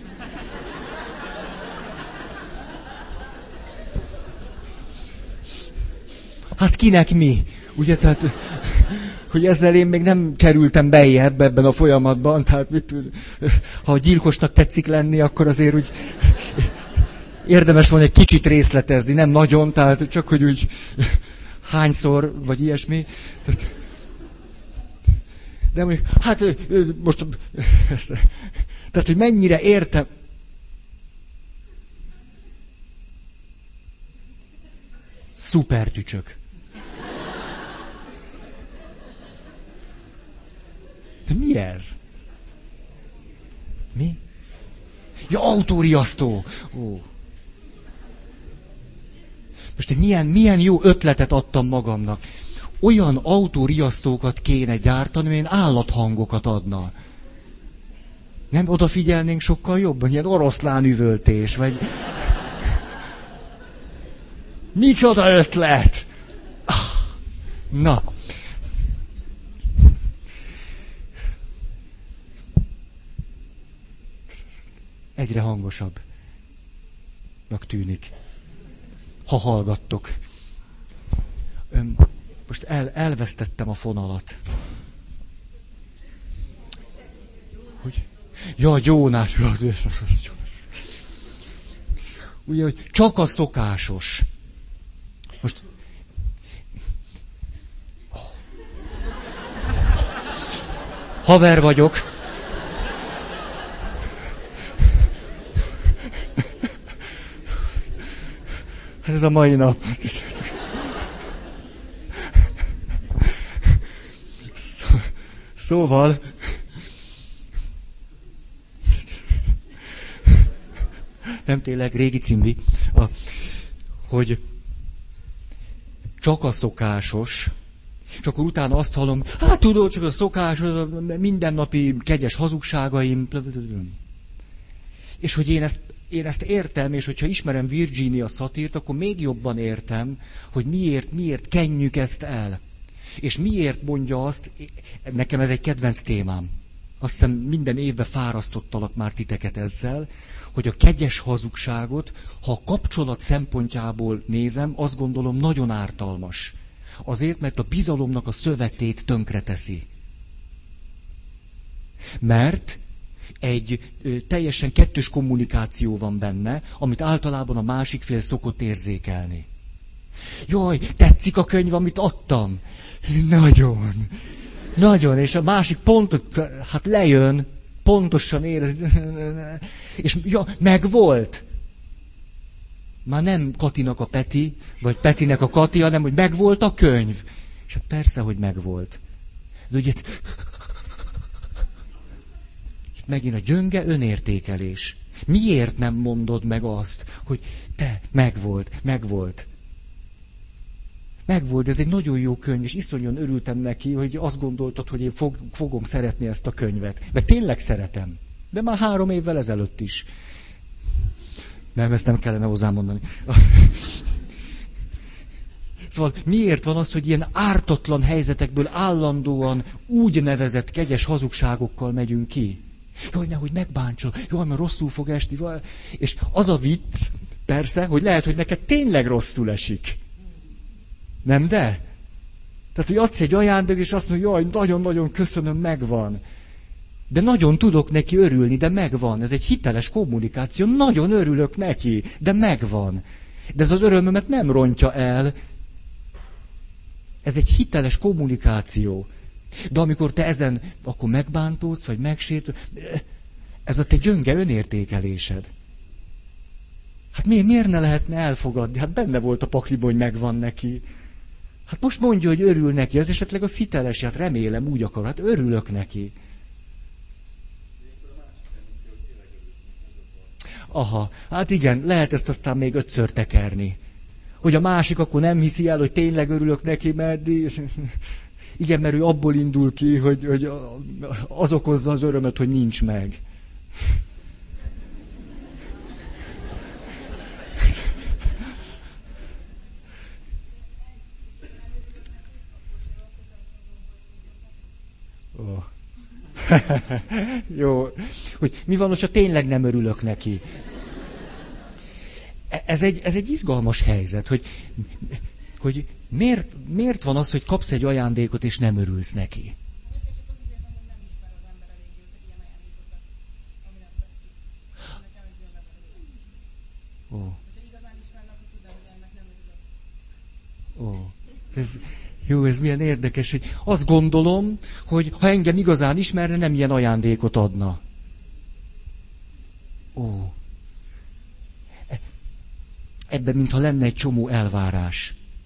[SPEAKER 1] Hát kinek mi? Ugye, tehát, hogy ezzel én még nem kerültem bejebb ebben a folyamatban, tehát mit, ha a gyilkosnak tetszik lenni, akkor azért úgy érdemes volna egy kicsit részletezni, nem nagyon, tehát csak, hogy úgy hányszor, vagy ilyesmi. Tehát, de mondjuk, hát most, tehát, hogy mennyire értem. Szuper tücsök. De mi ez? Mi? Ja, autóriasztó! Ó. Most én milyen, milyen jó ötletet adtam magamnak. Olyan autóriasztókat kéne gyártani, amilyen állathangokat adna. Nem odafigyelnénk sokkal jobban? Ilyen oroszlán üvöltés, vagy... Micsoda ötlet! Na. Egyre hangosabbnak tűnik. Ha hallgattok. Öm, most el, elvesztettem a fonalat. Hogy? Ja, Jónás. Ugye, hogy csak a szokásos. Most... Haver vagyok. Hát ez a mai nap. Szóval... Nem tényleg, régi cimbi. A, hogy csak a szokásos, és akkor utána azt hallom, hát tudod, csak a szokásos, a mindennapi kegyes hazugságaim. És hogy én ezt, én ezt értem, és hogyha ismerem Virginia Satirt, akkor még jobban értem, hogy miért, miért kenjük ezt el. És miért mondja azt, nekem ez egy kedvenc témám. Azt hiszem minden évben fárasztottalak már titeket ezzel, hogy a kegyes hazugságot, ha a kapcsolat szempontjából nézem, azt gondolom nagyon ártalmas. Azért, mert a bizalomnak a szövetét tönkreteszi. Mert egy ö, teljesen kettős kommunikáció van benne, amit általában a másik fél szokott érzékelni. Jaj, tetszik a könyv, amit adtam? Nagyon. Nagyon, és a másik pontot, hát lejön, pontosan érez, és ja, megvolt. Már nem Katinak a Peti, vagy Petinek a Kati, hanem, hogy megvolt a könyv. És hát persze, hogy megvolt. De ugye, megint a gyönge önértékelés. Miért nem mondod meg azt, hogy te, megvolt, megvolt. Megvolt, ez egy nagyon jó könyv, és iszonyan örültem neki, hogy azt gondoltad, hogy én fog, fogom szeretni ezt a könyvet. Mert tényleg szeretem. De már három évvel ezelőtt is. Nem, ezt nem kellene hozzám mondani. Szóval miért van az, hogy ilyen ártatlan helyzetekből állandóan úgynevezett kegyes hazugságokkal megyünk ki? Jaj, nehogy megbántsol, jaj, mert rosszul fog esni. És az a vicc, persze, hogy lehet, hogy neked tényleg rosszul esik. Nem de? Tehát, hogy adsz egy ajándék, és azt mondja, jaj, nagyon-nagyon köszönöm, megvan. De nagyon tudok neki örülni, de megvan. Ez egy hiteles kommunikáció, nagyon örülök neki, de megvan. De ez az örömömet nem rontja el. Ez egy hiteles kommunikáció. De amikor te ezen, akkor megbántódsz, vagy megsértődsz, ez a te gyönge önértékelésed. Hát miért, miért ne lehetne elfogadni? Hát benne volt a pakliban, hogy megvan neki. Hát most mondja, hogy örül neki, az esetleg az hiteles, hát remélem, úgy akar, hát örülök neki. Aha, hát igen, lehet ezt aztán még ötször tekerni. Hogy a másik akkor nem hiszi el, hogy tényleg örülök neki, mert... Igen, mert ő abból indul ki, hogy, hogy az okozza az örömöt, hogy nincs meg. Oh. Jó. Hogy mi van, ha tényleg nem örülök neki? Ez egy, ez egy izgalmas helyzet, hogy, hogy miért, miért van az, hogy kapsz egy ajándékot, és nem örülsz neki? Ó. Ó. Ez, jó, ez milyen érdekes, hogy azt gondolom, hogy ha engem igazán ismerne, nem ilyen ajándékot adna. Ó. Ebben mintha lenne egy csomó elvárás.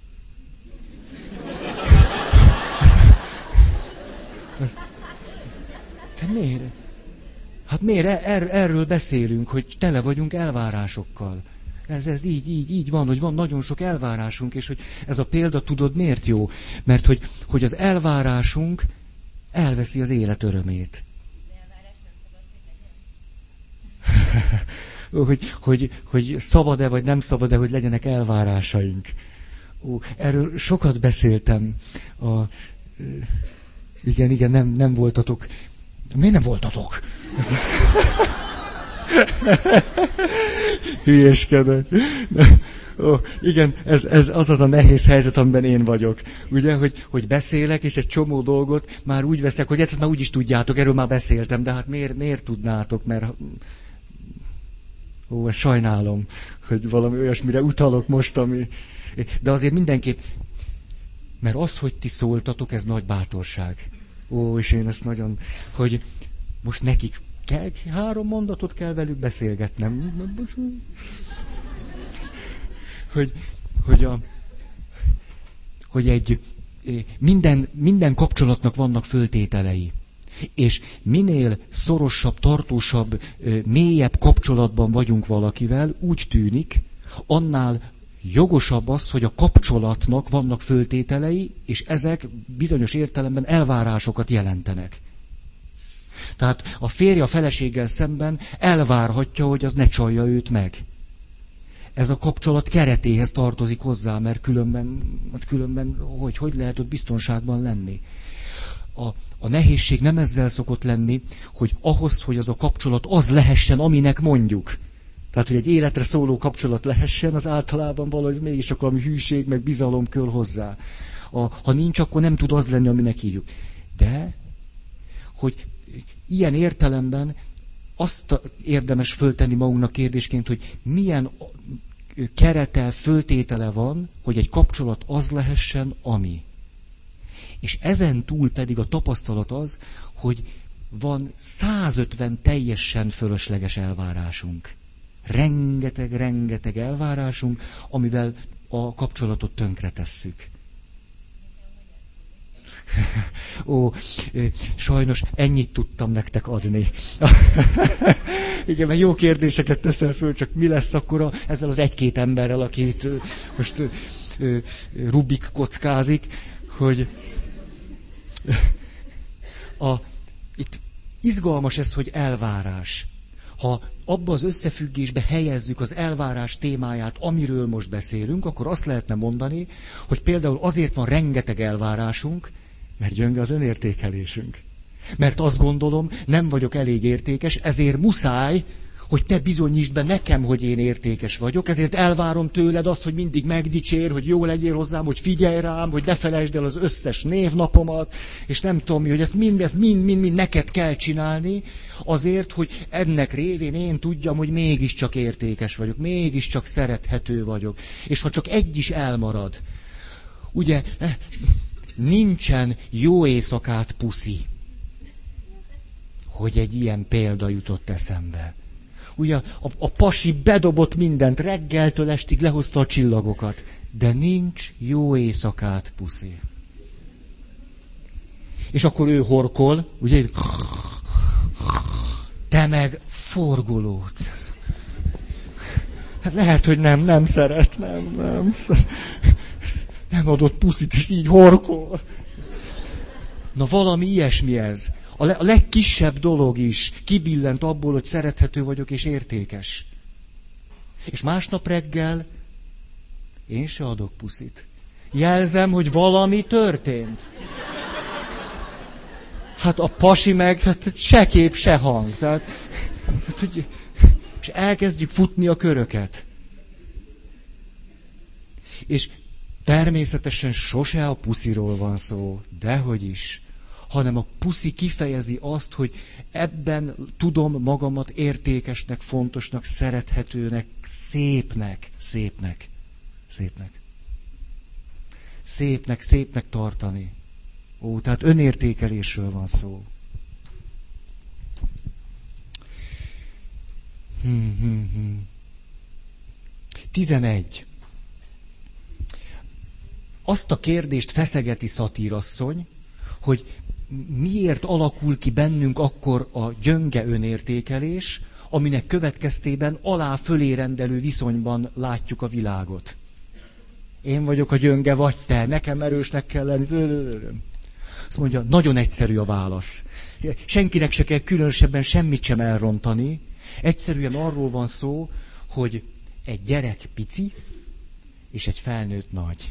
[SPEAKER 1] miért? Hát miért? Er, erről beszélünk, hogy tele vagyunk elvárásokkal. Ez, ez így, így, így van, hogy van nagyon sok elvárásunk, és hogy ez a példa, tudod, miért jó? Mert hogy, hogy az elvárásunk elveszi az élet örömét. hogy, hogy, hogy szabad-e, vagy nem szabad-e, hogy legyenek elvárásaink. Ó, erről sokat beszéltem. A, igen, igen, nem, nem voltatok. Miért nem voltatok? Ez... Hülyeskedek. Ó, igen, ez, ez az az a nehéz helyzet, amiben én vagyok. Ugye, hogy, hogy beszélek, és egy csomó dolgot már úgy veszek, hogy hát ezt már úgy is tudjátok, erről már beszéltem, de hát miért, miért tudnátok, mert... Ó, ezt sajnálom, hogy valami olyasmire utalok most, ami... De azért mindenképp... Mert az, hogy ti szóltatok, ez nagy bátorság. Ó, és én ezt nagyon... Hogy most nekik kell, három mondatot kell velük beszélgetnem. Hogy, hogy, a, hogy egy... Minden, minden kapcsolatnak vannak föltételei. És minél szorosabb, tartósabb, mélyebb kapcsolatban vagyunk valakivel, úgy tűnik, annál jogosabb az, hogy a kapcsolatnak vannak föltételei, és ezek bizonyos értelemben elvárásokat jelentenek. Tehát a férje a feleséggel szemben elvárhatja, hogy az ne csalja őt meg. Ez a kapcsolat keretéhez tartozik hozzá, mert különben, különben hogy, hogy lehet ott biztonságban lenni. A, a nehézség nem ezzel szokott lenni, hogy ahhoz, hogy az a kapcsolat az lehessen, aminek mondjuk. Tehát, hogy egy életre szóló kapcsolat lehessen, az általában valahogy mégis csak valami hűség, meg bizalom kell hozzá. A, ha nincs, akkor nem tud az lenni, aminek hívjuk. De, hogy ilyen értelemben azt érdemes föltenni magunknak kérdésként, hogy milyen kerete, föltétele van, hogy egy kapcsolat az lehessen, ami. És ezen túl pedig a tapasztalat az, hogy van százötven teljesen fölösleges elvárásunk. Rengeteg, rengeteg elvárásunk, amivel a kapcsolatot tönkretesszük. Ó, sajnos ennyit tudtam nektek adni. Igen, mert jó kérdéseket teszel föl, csak mi lesz akkor a, ezzel az egy-két emberrel, akit most Rubik kockázik, hogy a, itt izgalmas ez, hogy elvárás. Ha abba az összefüggésbe helyezzük az elvárás témáját, amiről most beszélünk, akkor azt lehetne mondani, hogy például azért van rengeteg elvárásunk, mert gyönge az önértékelésünk. Mert azt gondolom, nem vagyok elég értékes, ezért muszáj, hogy te bizonyítsd be nekem, hogy én értékes vagyok, ezért elvárom tőled azt, hogy mindig megdicsér, hogy jó legyél hozzám, hogy figyelj rám, hogy ne felejtsd el az összes névnapomat, és nem tudom mi, hogy ezt mind, ezt mind, mind, mind neked kell csinálni, azért, hogy ennek révén én tudjam, hogy mégiscsak értékes vagyok, mégiscsak szerethető vagyok. És ha csak egy is elmarad, ugye, nincsen jó éjszakát, puszi, hogy egy ilyen példa jutott eszembe. Ugye a, a pasi bedobott mindent, reggeltől estig lehozta a csillagokat, de nincs jó éjszakát, puszi. És akkor ő horkol, ugye, te meg forgolódsz. Hát lehet, hogy nem, nem szeret, nem, nem szeret. Nem adott puszit, és így horkol. Na valami ilyesmi ez. A, le, a legkisebb dolog is kibillent abból, hogy szerethető vagyok és értékes. És másnap reggel én se adok puszit. Jelzem, hogy valami történt. Hát a pasi meg, hát se kép, se hang. Tehát, tehát, hogy, és elkezdjük futni a köröket. És természetesen sose a pusziról van szó, dehogy is. Hanem a puszi kifejezi azt, hogy ebben tudom magamat értékesnek, fontosnak, szerethetőnek, szépnek, szépnek, szépnek. Szépnek, szépnek tartani. Ó, tehát önértékelésről van szó. Hmm, hmm, hmm. tizenegy. Azt a kérdést feszegeti szatírasszony, hogy miért alakul ki bennünk akkor a gyönge önértékelés, aminek következtében alá-fölé rendelő viszonyban látjuk a világot. Én vagyok a gyönge, vagy te, nekem erősnek kell lenni. Azt mondja, nagyon egyszerű a válasz. Senkinek se kell különösebben semmit sem elrontani. Egyszerűen arról van szó, hogy egy gyerek pici, és egy felnőtt nagy.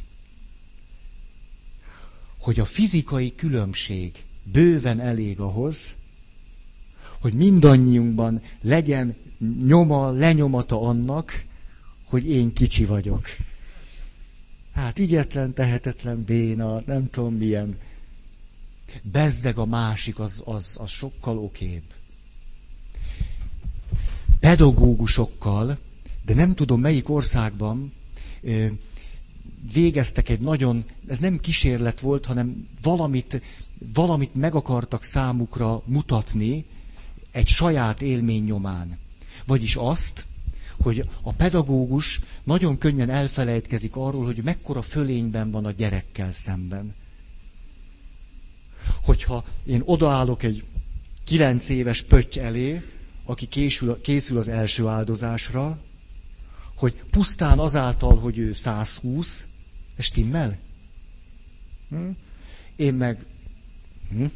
[SPEAKER 1] Hogy a fizikai különbség bőven elég ahhoz, hogy mindannyiunkban legyen nyoma, lenyomata annak, hogy én kicsi vagyok. Hát ügyetlen, tehetetlen, béna, nem tudom milyen. Bezzeg a másik, az, az, az sokkal okébb. Pedagógusokkal, de nem tudom melyik országban, végeztek egy nagyon, ez nem kísérlet volt, hanem valamit, valamit meg akartak számukra mutatni egy saját élmény nyomán. Vagyis azt, hogy a pedagógus nagyon könnyen elfelejtkezik arról, hogy mekkora fölényben van a gyerekkel szemben. Hogyha én odaállok egy kilenc éves pötty elé, aki készül, készül az első áldozásra, hogy pusztán azáltal, hogy ő száz húsz, ez stimmel? Hm? Én meg... Hm?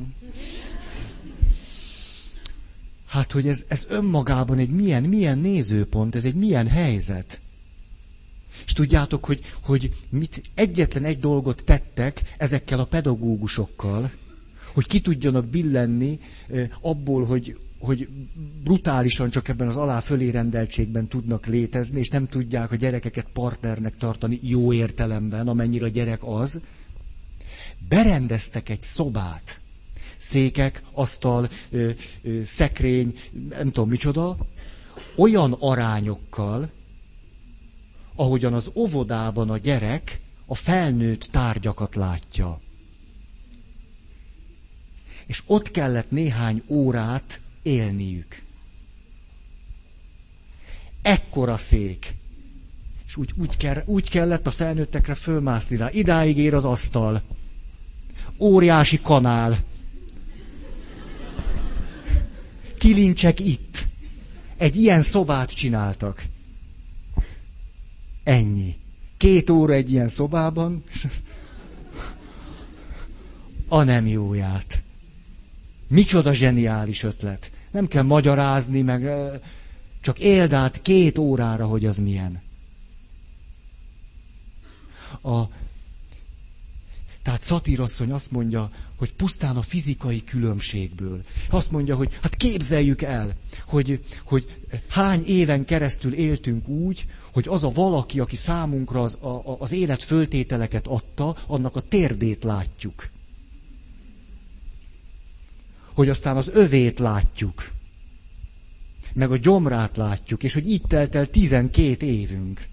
[SPEAKER 1] Hát, hogy ez, ez önmagában egy milyen, milyen nézőpont, ez egy milyen helyzet. És tudjátok, hogy, hogy mit, egyetlen egy dolgot tettek ezekkel a pedagógusokkal, hogy ki tudjanak billenni abból, hogy, hogy brutálisan csak ebben az alá-fölé rendeltségben tudnak létezni, és nem tudják a gyerekeket partnernek tartani jó értelemben, amennyire a gyerek az. Berendeztek egy szobát. Székek, asztal, ö, ö, szekrény, nem tudom micsoda, olyan arányokkal, ahogyan az óvodában a gyerek a felnőtt tárgyakat látja. És ott kellett néhány órát élniük. Ekkora szék. És úgy, úgy, kell, úgy kellett a felnőttekre fölmászni rá. Idáig ér az asztal. Óriási kanál. Kilincsek itt. Egy ilyen szobát csináltak. Ennyi. Két óra egy ilyen szobában. A nem jóját. Micsoda zseniális ötlet. Nem kell magyarázni, meg csak éld át két órára, hogy az milyen. A, tehát Szatírasszony azt mondja, hogy pusztán a fizikai különbségből. Azt mondja, hogy hát képzeljük el, hogy, hogy hány éven keresztül éltünk úgy, hogy az a valaki, aki számunkra az, a, az élet föltételeket adta, annak a térdét látjuk. Hogy aztán az övét látjuk. Meg a gyomrát látjuk, és hogy itt telt el tizenkét évünk.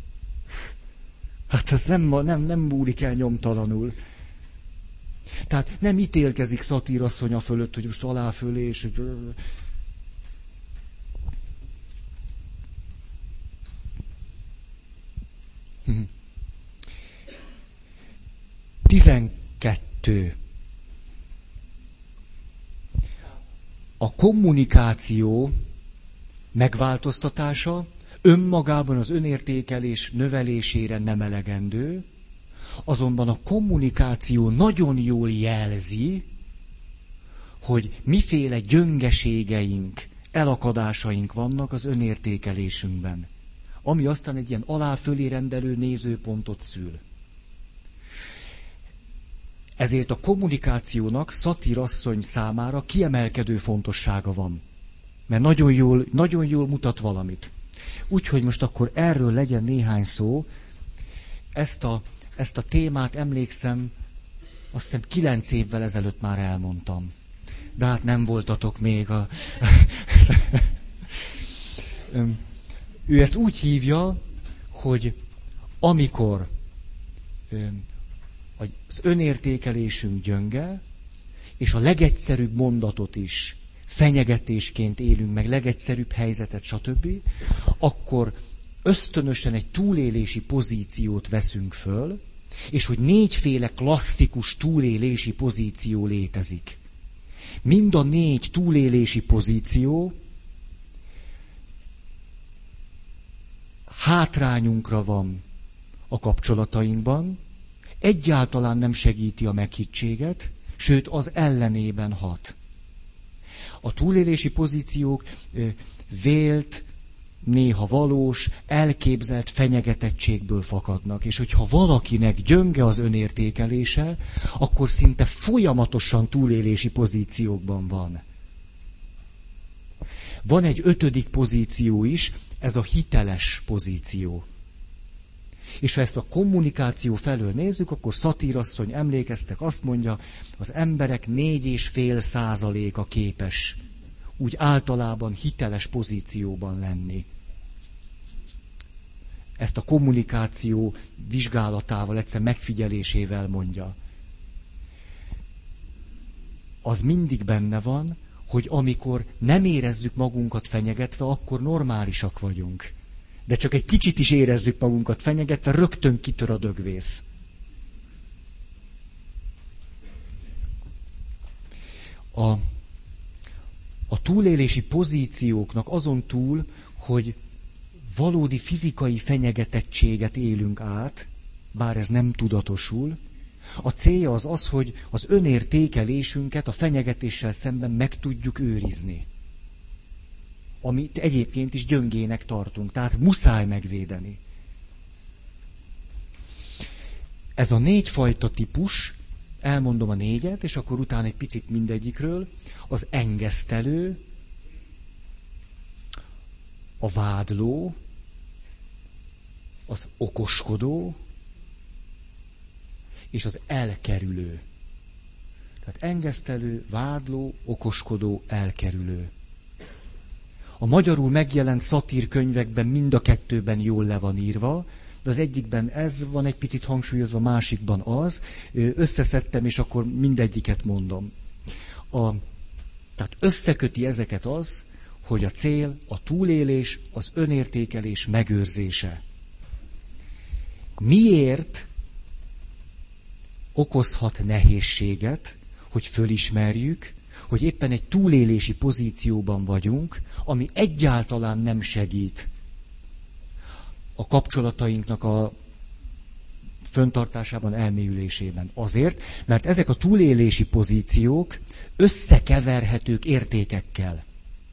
[SPEAKER 1] Hát ez nem, nem, nem múlik el nyomtalanul. Tehát nem ítélkezik Szatírasszonya fölött, hogy most aláfölé, és hogy... Tizenkettő. A kommunikáció megváltoztatása önmagában az önértékelés növelésére nem elegendő, azonban a kommunikáció nagyon jól jelzi, hogy miféle gyöngeségeink, elakadásaink vannak az önértékelésünkben, ami aztán egy ilyen alá-fölé rendelő nézőpontot szül. Ezért a kommunikációnak Szatírasszony számára kiemelkedő fontossága van. Mert nagyon jól, nagyon jól mutat valamit. Úgyhogy most akkor erről legyen néhány szó. Ezt a, ezt a témát emlékszem, azt hiszem kilenc évvel ezelőtt már elmondtam. De hát nem voltatok még a... Ő ezt úgy hívja, hogy amikor az önértékelésünk gyönge, és a legegyszerűbb mondatot is fenyegetésként élünk meg, legegyszerűbb helyzetet, stb., akkor ösztönösen egy túlélési pozíciót veszünk föl, És hogy négyféle klasszikus túlélési pozíció létezik. Mind a négy túlélési pozíció hátrányunkra van a kapcsolatainkban, egyáltalán nem segíti a meghittséget, sőt az ellenében hat. A túlélési pozíciók vélt, néha valós, elképzelt fenyegetettségből fakadnak, és hogyha valakinek gyönge az önértékelése, akkor szinte folyamatosan túlélési pozíciókban van. Van egy ötödik pozíció is, ez a hiteles pozíció. És ha ezt a kommunikáció felől nézzük, akkor Szatírasszony, emlékeztek, azt mondja, az emberek négy és fél százaléka képes úgy általában hiteles pozícióban lenni. Ezt a kommunikáció vizsgálatával, egyszer megfigyelésével mondja. Az mindig benne van, hogy amikor nem érezzük magunkat fenyegetve, akkor normálisak vagyunk. De csak egy kicsit is érezzük magunkat fenyegetve, rögtön kitör a dögvész. A, a túlélési pozícióknak azon túl, hogy valódi fizikai fenyegetettséget élünk át, bár ez nem tudatosul, a célja az az, hogy az önértékelésünket a fenyegetéssel szemben meg tudjuk őrizni. Amit egyébként is gyöngének tartunk, tehát muszáj megvédeni. Ez a négyfajta típus, elmondom a négyet, és akkor utána egy picit mindegyikről, az engesztelő, a vádló, az okoskodó, és az elkerülő. Tehát engesztelő, vádló, okoskodó, elkerülő. A magyarul megjelent szatírkönyvekben mind a kettőben jól le van írva, de az egyikben ez van egy picit hangsúlyozva, a másikban az. Összeszedtem, és akkor mindegyiket mondom. A, tehát összeköti ezeket az, hogy a cél, a túlélés, az önértékelés megőrzése. Miért okozhat nehézséget, hogy fölismerjük, hogy éppen egy túlélési pozícióban vagyunk, ami egyáltalán nem segít a kapcsolatainknak a föntartásában, elmélyülésében. Azért, mert ezek a túlélési pozíciók összekeverhetők értékekkel.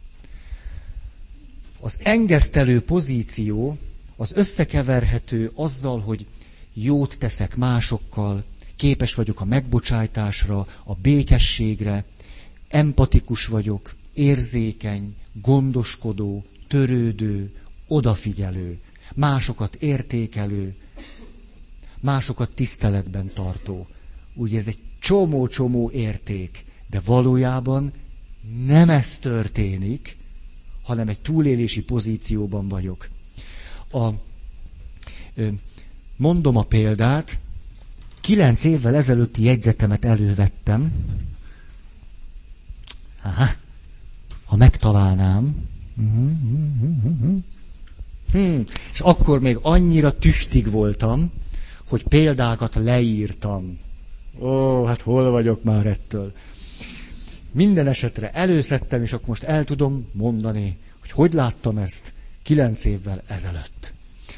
[SPEAKER 1] Az engesztelő pozíció az összekeverhető azzal, hogy jót teszek másokkal, képes vagyok a megbocsájtásra, a békességre, empatikus vagyok, érzékeny, gondoskodó, törődő, odafigyelő, másokat értékelő, másokat tiszteletben tartó. Ugye ez egy csomó-csomó érték, de valójában nem ez történik, hanem egy túlélési pozícióban vagyok. A, mondom a példát, kilenc évvel ezelőtti jegyzetemet elővettem. Aha, ha megtalálnám. Hmm. És akkor még annyira tüchtig voltam, hogy példákat leírtam. Ó, hát hol vagyok már ettől. Minden esetre előszedtem, és akkor most el tudom mondani, hogy hogy láttam ezt kilenc évvel ezelőtt.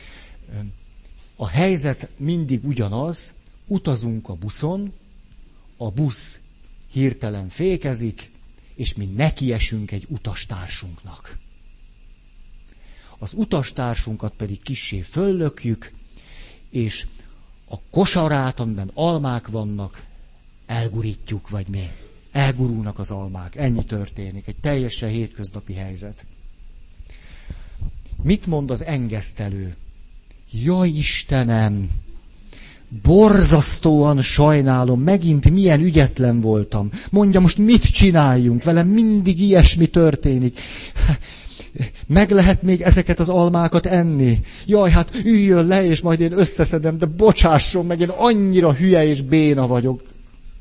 [SPEAKER 1] A helyzet mindig ugyanaz, utazunk a buszon, a busz hirtelen fékezik, és mi nekiesünk egy utastársunknak. Az utastársunkat pedig kissé föllökjük, és a kosarát, amiben almák vannak, elgurítjuk, vagy mi. Elgurulnak az almák. Ennyi történik. Egy teljesen hétköznapi helyzet. Mit mond az engesztelő? Jaj, Istenem! Borzasztóan sajnálom, megint milyen ügyetlen voltam. Mondja, most mit csináljunk? Velem mindig ilyesmi történik. Meg lehet még ezeket az almákat enni? Jaj, hát üljön le, és majd én összeszedem, de bocsásson meg, én annyira hülye és béna vagyok.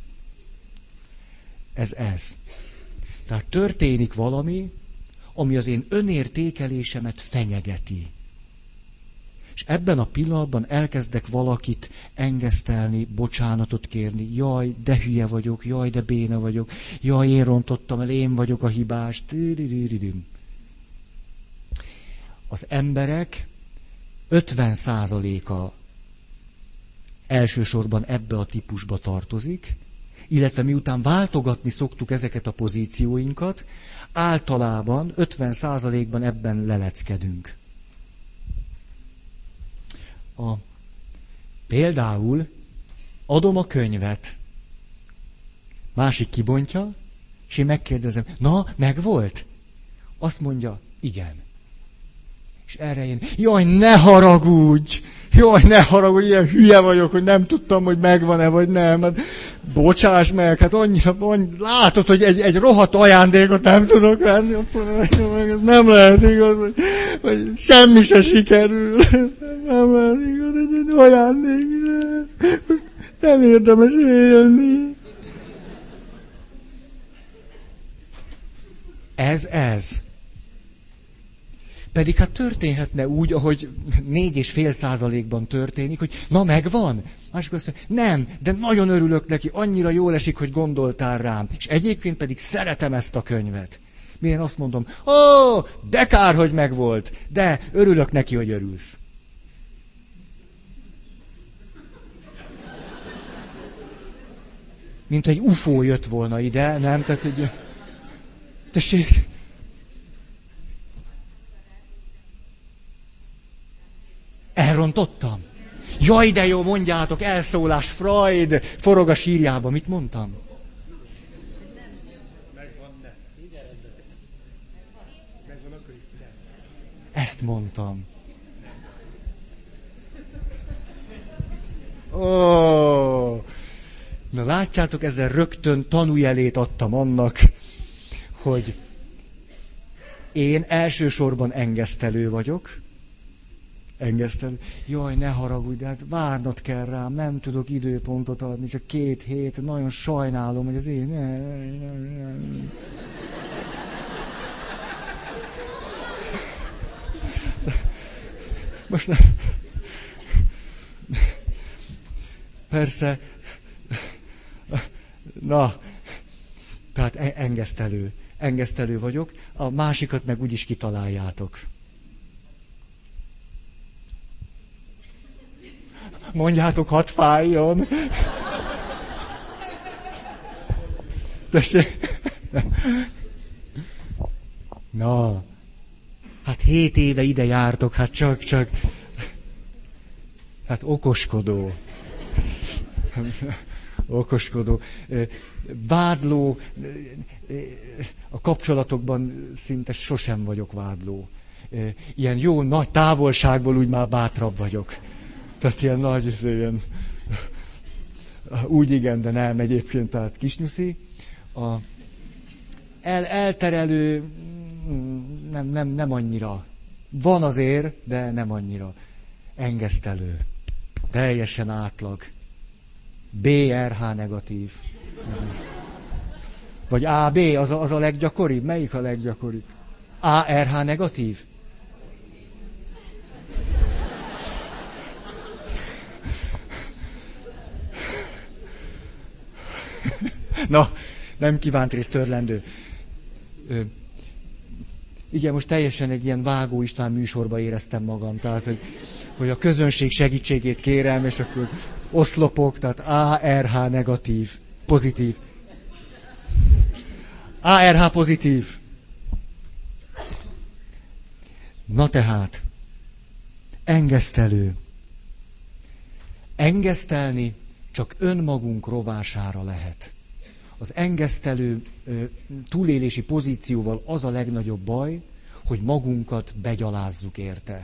[SPEAKER 1] Ez ez. Tehát történik valami, ami az én önértékelésemet fenyegeti. És ebben a pillanatban elkezdek valakit engesztelni, bocsánatot kérni. Jaj, de hülye vagyok, jaj, de béna vagyok, jaj, én rontottam el, én vagyok a hibás. Az emberek ötven százaléka elsősorban ebbe a típusba tartozik, illetve miután váltogatni szoktuk ezeket a pozícióinkat, általában ötven százalékban ebben leleckedünk. A, például adom a könyvet, másik kibontja, és én megkérdezem, na, megvolt? Azt mondja, igen. És erre én, jaj, ne haragudj! Jaj, ne haragudj, ilyen hülye vagyok, hogy nem tudtam, hogy megvan-e, vagy nem. Hát, bocsáss meg, hát annyira, annyira látod, hogy egy, egy rohadt ajándékot nem tudok venni. Ez nem lehet igaz, hogy, hogy semmi se sikerül. Nem lehet igaz, hogy egy ajándék. Nem érdemes élni. Ez ez. Pedig hát történhetne úgy, ahogy négy és fél százalékban történik, hogy na megvan. Másik azt mondja, nem, de nagyon örülök neki, annyira jól esik, hogy gondoltál rám. És egyébként pedig szeretem ezt a könyvet. Milyen azt mondom, ó, de kár, hogy megvolt, de örülök neki, hogy örülsz. Mint egy ufó jött volna ide, nem? Tehát, hogy... Tessék... Elrontottam? Jaj, de jó, mondjátok, elszólás, Freud, forog a sírjába. Mit mondtam? Ezt mondtam. Ó, na látjátok, ezzel rögtön tanújelét adtam annak, hogy én elsősorban engesztelő vagyok. Engesztelő. Jaj, ne haragudj, de hát várnod kell rám, nem tudok időpontot adni, csak két hét, nagyon sajnálom, hogy az én... Ne, ne, ne. Most nem... Persze... Na, tehát engesztelő. Engesztelő vagyok, a másikat meg úgyis kitaláljátok. Mondjátok, hadd fájjon. Tessék. Na, hát hét éve ide jártok, hát csak-csak. Hát okoskodó. Okoskodó. Vádló. A kapcsolatokban szinte sosem vagyok vádló. Ilyen jó nagy távolságból úgy már bátrabb vagyok. Tehát ilyen nagy, ilyen, úgy igen, de nem egyébként, tehát kisnyuszi. A el, elterelő nem, nem, nem annyira. Van azért, de nem annyira. Engesztelő. Teljesen átlag. bé er há negatív. Vagy á bé, az a, az a leggyakoribb? Melyik a leggyakoribb? á er há negatív? Na, nem kívánt rész törlendő. Ö, igen, most teljesen egy ilyen Vágó István műsorba éreztem magam, tehát, hogy, hogy a közönség segítségét kérem, és akkor oszlopok, tehát á er há negatív, pozitív. á er há pozitív. Na tehát, engesztelő. Engesztelni csak önmagunk rovására lehet. Az engesztelő túlélési pozícióval az a legnagyobb baj, hogy magunkat begyalázzuk érte.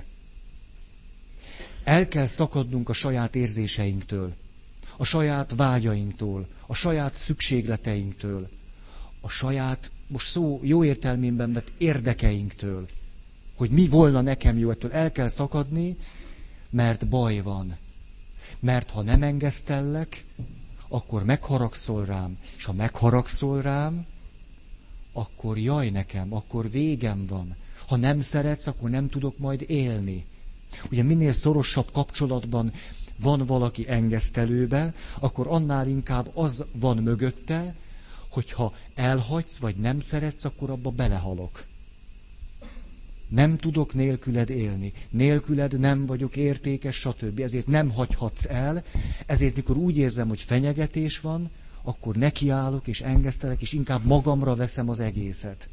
[SPEAKER 1] El kell szakadnunk a saját érzéseinktől, a saját vágyainktól, a saját szükségleteinktől, a saját, most szó jó értelmében vett érdekeinktől, hogy mi volna nekem jó, ettől el kell szakadni, mert baj van. Mert ha nem engesztellek, akkor megharagszol rám, és ha megharagszol rám, akkor jaj nekem, akkor végem van. Ha nem szeretsz, akkor nem tudok majd élni. Ugye minél szorosabb kapcsolatban van valaki engesztelőbe, akkor annál inkább az van mögötte, hogyha elhagysz, vagy nem szeretsz, akkor abba belehalok. Nem tudok nélküled élni. Nélküled nem vagyok értékes, stb. Ezért nem hagyhatsz el. Ezért, mikor úgy érzem, hogy fenyegetés van, akkor nekiállok és engesztelek, és inkább magamra veszem az egészet.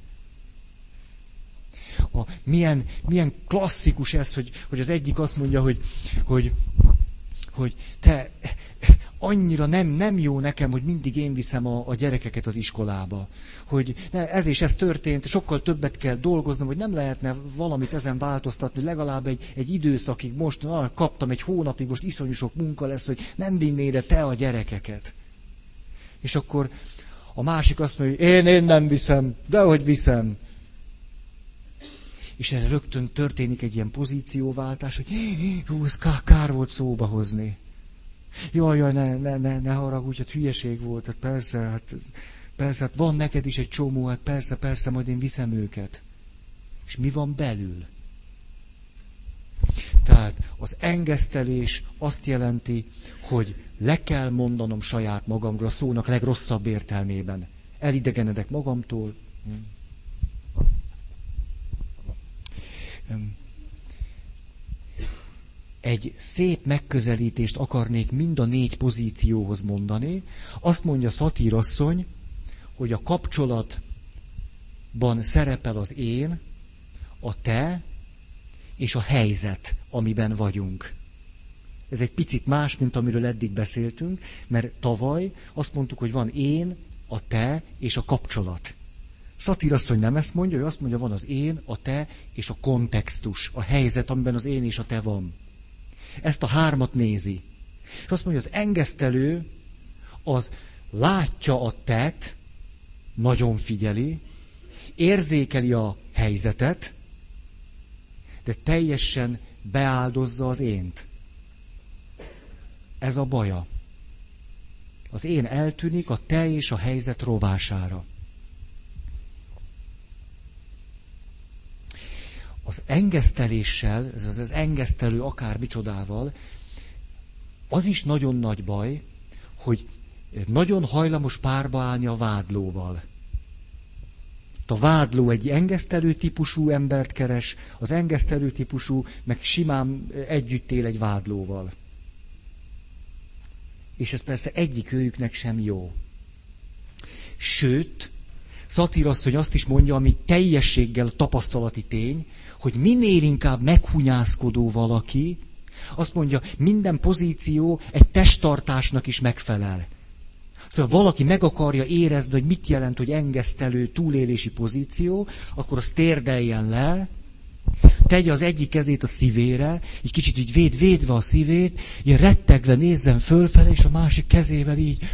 [SPEAKER 1] A, milyen, milyen klasszikus ez, hogy, hogy az egyik azt mondja, hogy, hogy, hogy te annyira nem, nem jó nekem, hogy mindig én viszem a, a gyerekeket az iskolába. Hogy ne, ez és ez történt, sokkal többet kell dolgoznom, hogy nem lehetne valamit ezen változtatni, hogy legalább egy, egy időszakig most, na, kaptam egy hónapig, most iszonyú sok munka lesz, hogy nem vinnéd te a gyerekeket. És akkor a másik azt mondja, hogy én, én nem viszem, dehogy viszem. És erre rögtön történik egy ilyen pozícióváltás, hogy hú, ez kár volt szóba hozni. Jaj, jaj, ne, ne, ne, ne haragudj, hát hülyeség volt, hát persze, hát, persze, hát van neked is egy csomó, hát persze, persze, majd én viszem őket. És mi van belül? Tehát az engesztelés azt jelenti, hogy le kell mondanom saját magamról, a szónak legrosszabb értelmében. Elidegenedek magamtól. Egy szép megközelítést akarnék mind a négy pozícióhoz mondani. Azt mondja Szatír asszony, hogy a kapcsolatban szerepel az én, a te és a helyzet, amiben vagyunk. Ez egy picit más, mint amiről eddig beszéltünk, mert tavaly azt mondtuk, hogy van én, a te és a kapcsolat. Szatír asszony nem ezt mondja, ő azt mondja, van az én, a te és a kontextus, a helyzet, amiben az én és a te van. Ezt a hármat nézi. És azt mondja, az engesztelő az látja a tet, nagyon figyeli, érzékeli a helyzetet, de teljesen beáldozza az ént. Ez a baja. Az én eltűnik a te és a helyzet rovására. Az engeszteléssel, ez az, az engesztelő akár micsodával, az is nagyon nagy baj, hogy nagyon hajlamos párba állni a vádlóval. A vádló egy engesztelő típusú embert keres, az engesztelő típusú meg simán együtt él egy vádlóval. És ez persze egyik őjüknek sem jó. Sőt, Szatír asszony azt is mondja, ami teljességgel tapasztalati tény, hogy minél inkább meghunyászkodó valaki, azt mondja, minden pozíció egy testtartásnak is megfelel. Szóval valaki meg akarja érezni, hogy mit jelent, hogy engesztelő túlélési pozíció, akkor az térdeljen le, tegye az egyik kezét a szívére, így kicsit így véd, védve a szívét, ilyen rettegve nézzen fölfele, és a másik kezével így.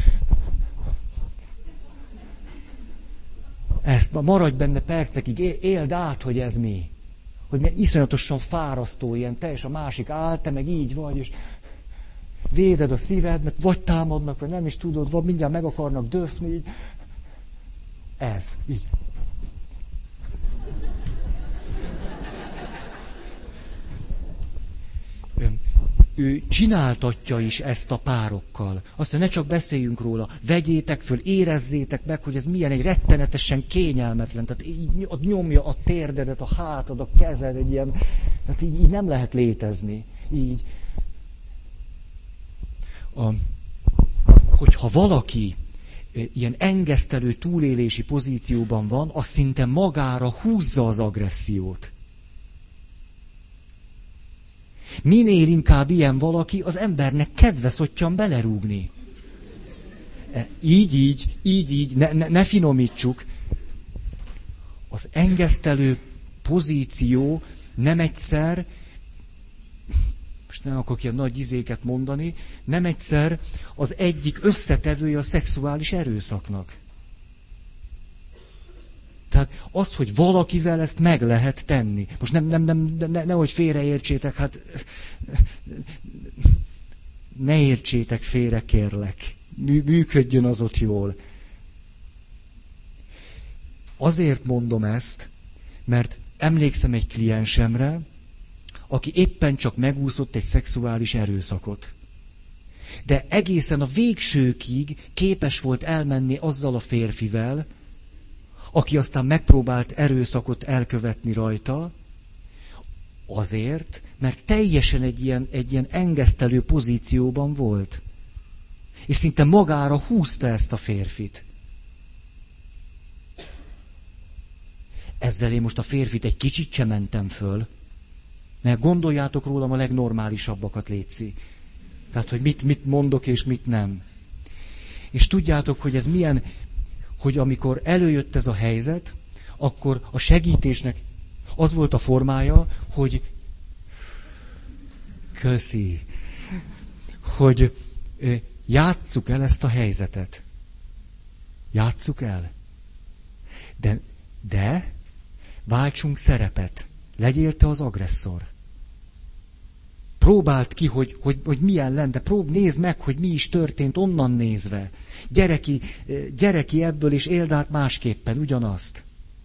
[SPEAKER 1] Ezt maradj benne percekig, éld át, hogy ez mi. Hogy mert iszonyatosan fárasztó, ilyen teljes a másik áll, te meg így vagy, és véded a szíved, mert vagy támadnak, vagy nem is tudod, vagy mindjárt meg akarnak döfni, így. Ez, így. Ő csináltatja is ezt a párokkal. Azt mondja, ne csak beszéljünk róla, vegyétek föl, érezzétek meg, hogy ez milyen egy rettenetesen kényelmetlen. Tehát így nyomja a térdedet, a hátad, a kezed, egy ilyen, tehát így, így nem lehet létezni. Így. A, hogyha valaki ilyen engesztelő túlélési pozícióban van, az szinte magára húzza az agressziót. Minél inkább ilyen valaki, az embernek kedve szottyan belerúgni. Így, így, így, így, ne, ne, ne finomítsuk. Az engesztelő pozíció nem egyszer, most nem akarok ilyen nagy izéket mondani, nem egyszer az egyik összetevője a szexuális erőszaknak. Tehát az, hogy valakivel ezt meg lehet tenni. Most nem, nem, nem, ne, nehogy félreértsétek, hát ne értsétek félre, kérlek. Működjön az ott jól. Azért mondom ezt, mert emlékszem egy kliensemre, aki éppen csak megúszott egy szexuális erőszakot. De egészen a végsőkig képes volt elmenni azzal a férfivel, aki aztán megpróbált erőszakot elkövetni rajta, azért, mert teljesen egy ilyen, egy ilyen engesztelő pozícióban volt. És szinte magára húzta ezt a férfit. Ezzel én most a férfit egy kicsit sem mentem föl, mert gondoljátok rólam a legnormálisabbakat, létszi. Tehát, hogy mit, mit mondok és mit nem. És tudjátok, hogy ez milyen, hogy amikor előjött ez a helyzet, akkor a segítésnek az volt a formája, hogy köszi, hogy játsszuk el ezt a helyzetet. Játsszuk el. De, de váltsunk szerepet. Legyél te az agresszor. Próbáld ki, hogy, hogy, hogy milyen lenne, de prób, nézd meg, hogy mi is történt onnan nézve. Gyere ki, gyere ki ebből, és éld át másképpen ugyanazt.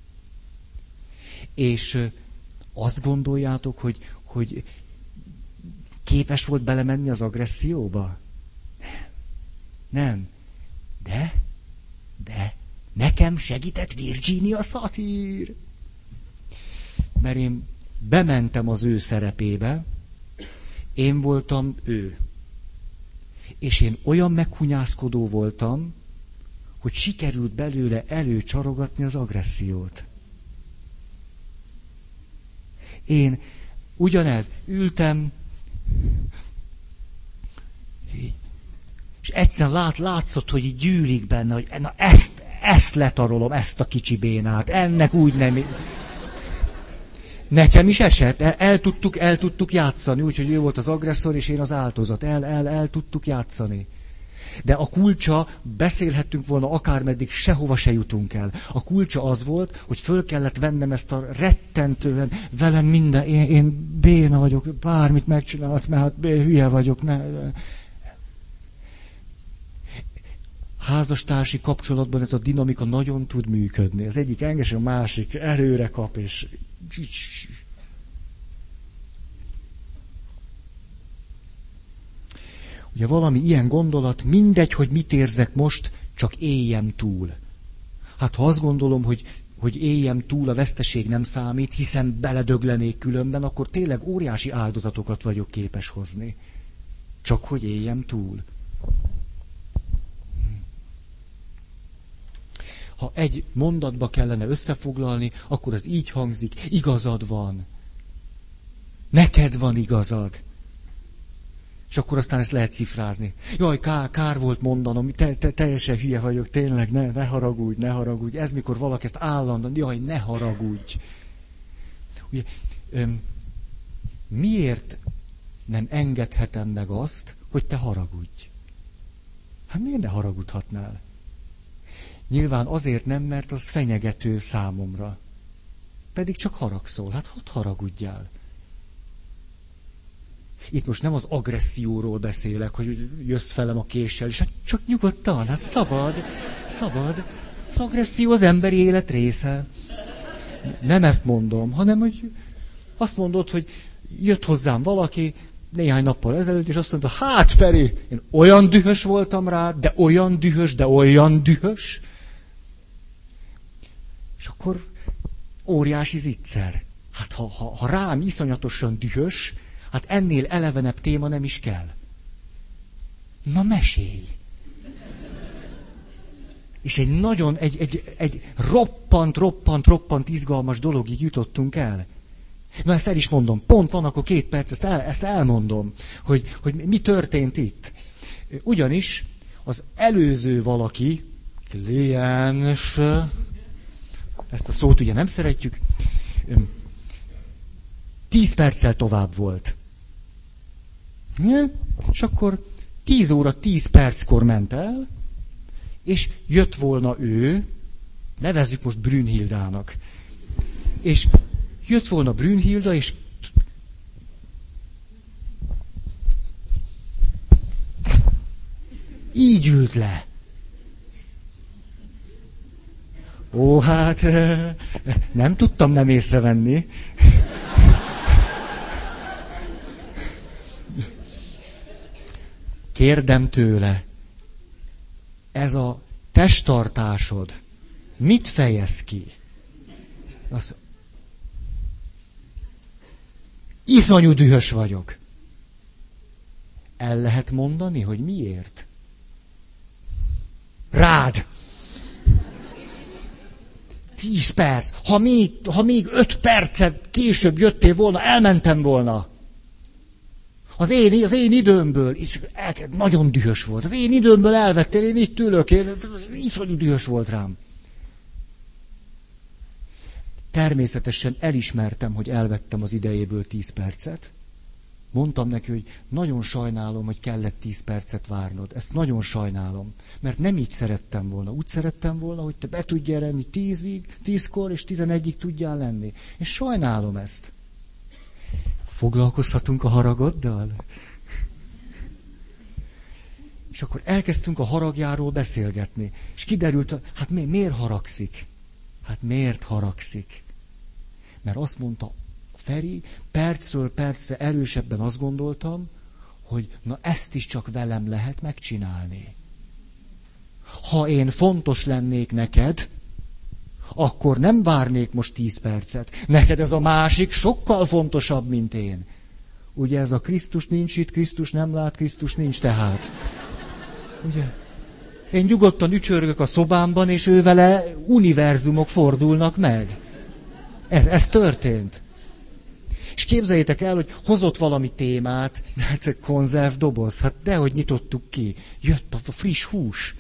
[SPEAKER 1] És azt gondoljátok, hogy, hogy képes volt belemenni az agresszióba? Nem. Nem. De, de, nekem segített Virginia Satir. Mert én bementem az ő szerepébe, én voltam ő. És én olyan meghunyászkodó voltam, hogy sikerült belőle előcsarogatni az agressziót. Én ugyanez, ültem, és egyszerűen lát, látszott, hogy így gyűlik benne, hogy na ezt, ezt letarolom, ezt a kicsi bénát, ennek úgy nem... Nekem is esett, el, el, tudtuk, el tudtuk játszani, úgyhogy ő volt az agresszor, és én az áldozat. El, el, el tudtuk játszani. De a kulcsa, beszélhettünk volna akármeddig, sehova se jutunk el. A kulcsa az volt, hogy föl kellett vennem ezt a rettentően, velem minden, én, én béna vagyok, bármit megcsinálsz, mert hát hülye vagyok. Ne. Házastársi kapcsolatban ez a dinamika nagyon tud működni. Az egyik enges, a másik erőre kap, és... Ugye valami ilyen gondolat, mindegy, hogy mit érzek most, csak éljem túl. Hát ha azt gondolom, hogy, hogy éljem túl, a veszteség nem számít, hiszen beledöglenék különben, akkor tényleg óriási áldozatokat vagyok képes hozni. Csak hogy éljem túl. Ha egy mondatba kellene összefoglalni, akkor az így hangzik, igazad van. Neked van igazad. És akkor aztán ezt lehet cifrázni. Jaj, kár, kár volt mondanom, te, te, teljesen hülye vagyok, tényleg, ne, ne haragudj, ne haragudj. Ez mikor valaki ezt állandóan, jaj, ne haragudj. Ugye, öm, miért nem engedhetem meg azt, hogy te haragudj? Hát miért ne haragudhatnál? Nyilván azért nem, mert az fenyegető számomra. Pedig csak haragszol. Hát hadd haragudjál. Itt most nem az agresszióról beszélek, hogy jössz felem a késsel, és hát csak nyugodtan, hát szabad, szabad. Az agresszió az emberi élet része. Nem ezt mondom, hanem hogy azt mondod, hogy jött hozzám valaki néhány nappal ezelőtt, és azt mondta, hát Feri, én olyan dühös voltam rá, de olyan dühös, de olyan dühös. És akkor óriási zicser. Hát ha, ha, ha rám iszonyatosan dühös, hát ennél elevenebb téma nem is kell. Na mesélj! És egy nagyon, egy, egy, egy roppant, roppant, roppant izgalmas dologig jutottunk el. Na ezt el is mondom, pont van akkor két perc, ezt, el, ezt elmondom, hogy, hogy mi történt itt. Ugyanis az előző valaki, kliens, ezt a szót ugye nem szeretjük, tíz perccel tovább volt. És akkor tíz óra tíz perckor ment el, és jött volna ő, nevezzük most Brünnhildának, és jött volna Brünnhilda, és így ült le. Ó, hát nem tudtam nem észrevenni. Kérdem tőle, ez a testtartásod mit fejez ki? Az iszonyú dühös vagyok. El lehet mondani, hogy miért? Rád! Tíz perc. Ha még, ha még öt percet később jöttél volna, elmentem volna. Az én, az én időmből, és elkezd, nagyon dühös volt. Az én időmből elvettél, én itt ülök, én, iszonyú dühös volt rám. Természetesen elismertem, hogy elvettem az idejéből tíz percet. Mondtam neki, hogy nagyon sajnálom, hogy kellett tíz percet várnod. Ezt nagyon sajnálom, mert nem így szerettem volna. Úgy szerettem volna, hogy te be tudjál lenni tízig, tízkor és tizenegyig tudjál lenni. És sajnálom ezt. Foglalkozhatunk a haragoddal? És akkor elkezdtünk a haragjáról beszélgetni. És kiderült, hát mi, miért haragszik? Hát miért haragszik? Mert azt mondta Feri, percről percre erősebben azt gondoltam, hogy na ezt is csak velem lehet megcsinálni. Ha én fontos lennék neked, akkor nem várnék most tíz percet. Neked ez a másik sokkal fontosabb, mint én. Ugye ez a Krisztus nincs itt, Krisztus nem lát, Krisztus nincs tehát. Ugye? Én nyugodtan ücsörgök a szobámban, és ő vele univerzumok fordulnak meg. Ez, ez történt. És képzeljétek el, hogy hozott valami témát, de hát konzervdoboz, hát dehogy nyitottuk ki. Jött a friss hús.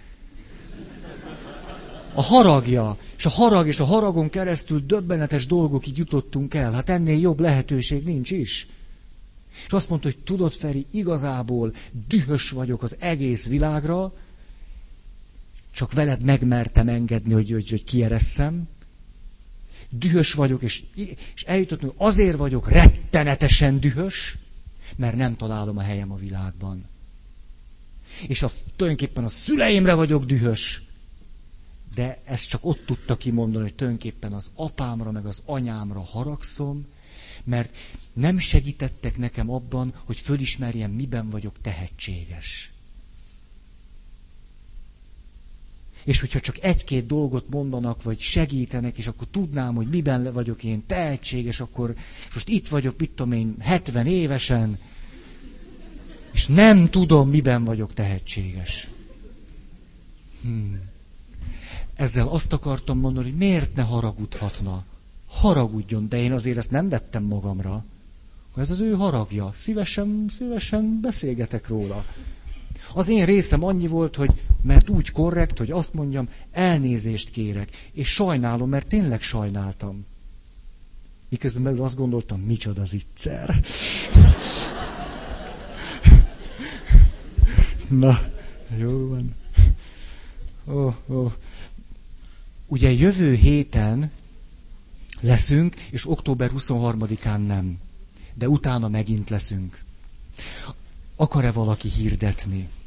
[SPEAKER 1] A haragja, és a harag és a haragon keresztül döbbenetes dolgokig jutottunk el. Hát ennél jobb lehetőség nincs is. És azt mondta, hogy tudod, Feri, igazából dühös vagyok az egész világra, csak veled megmertem engedni, hogy, hogy, hogy kieresszem. Dühös vagyok, és, és eljutottam, hogy azért vagyok rettenetesen dühös, mert nem találom a helyem a világban. És a, tulajdonképpen a szüleimre vagyok dühös, de ezt csak ott tudta kimondani, hogy tulajdonképpen az apámra, meg az anyámra haragszom, mert nem segítettek nekem abban, hogy fölismerjem, miben vagyok tehetséges. És hogyha csak egy-két dolgot mondanak, vagy segítenek, és akkor tudnám, hogy miben vagyok én tehetséges, akkor most itt vagyok, mit tudom én, hetven évesen, és nem tudom, miben vagyok tehetséges. Hmm. Ezzel azt akartam mondani, hogy miért ne haragudhatna. Haragudjon, de én azért ezt nem vettem magamra. Ez az ő haragja. Szívesen, szívesen beszélgetek róla. Az én részem annyi volt, hogy mert úgy korrekt, hogy azt mondjam, elnézést kérek, és sajnálom, mert tényleg sajnáltam. Miközben belül azt gondoltam, micsoda zicser. Na, jó van. Ó, ó. Ugye jövő héten leszünk, és október huszonharmadikán nem. De utána megint leszünk. Akar-e valaki hirdetni?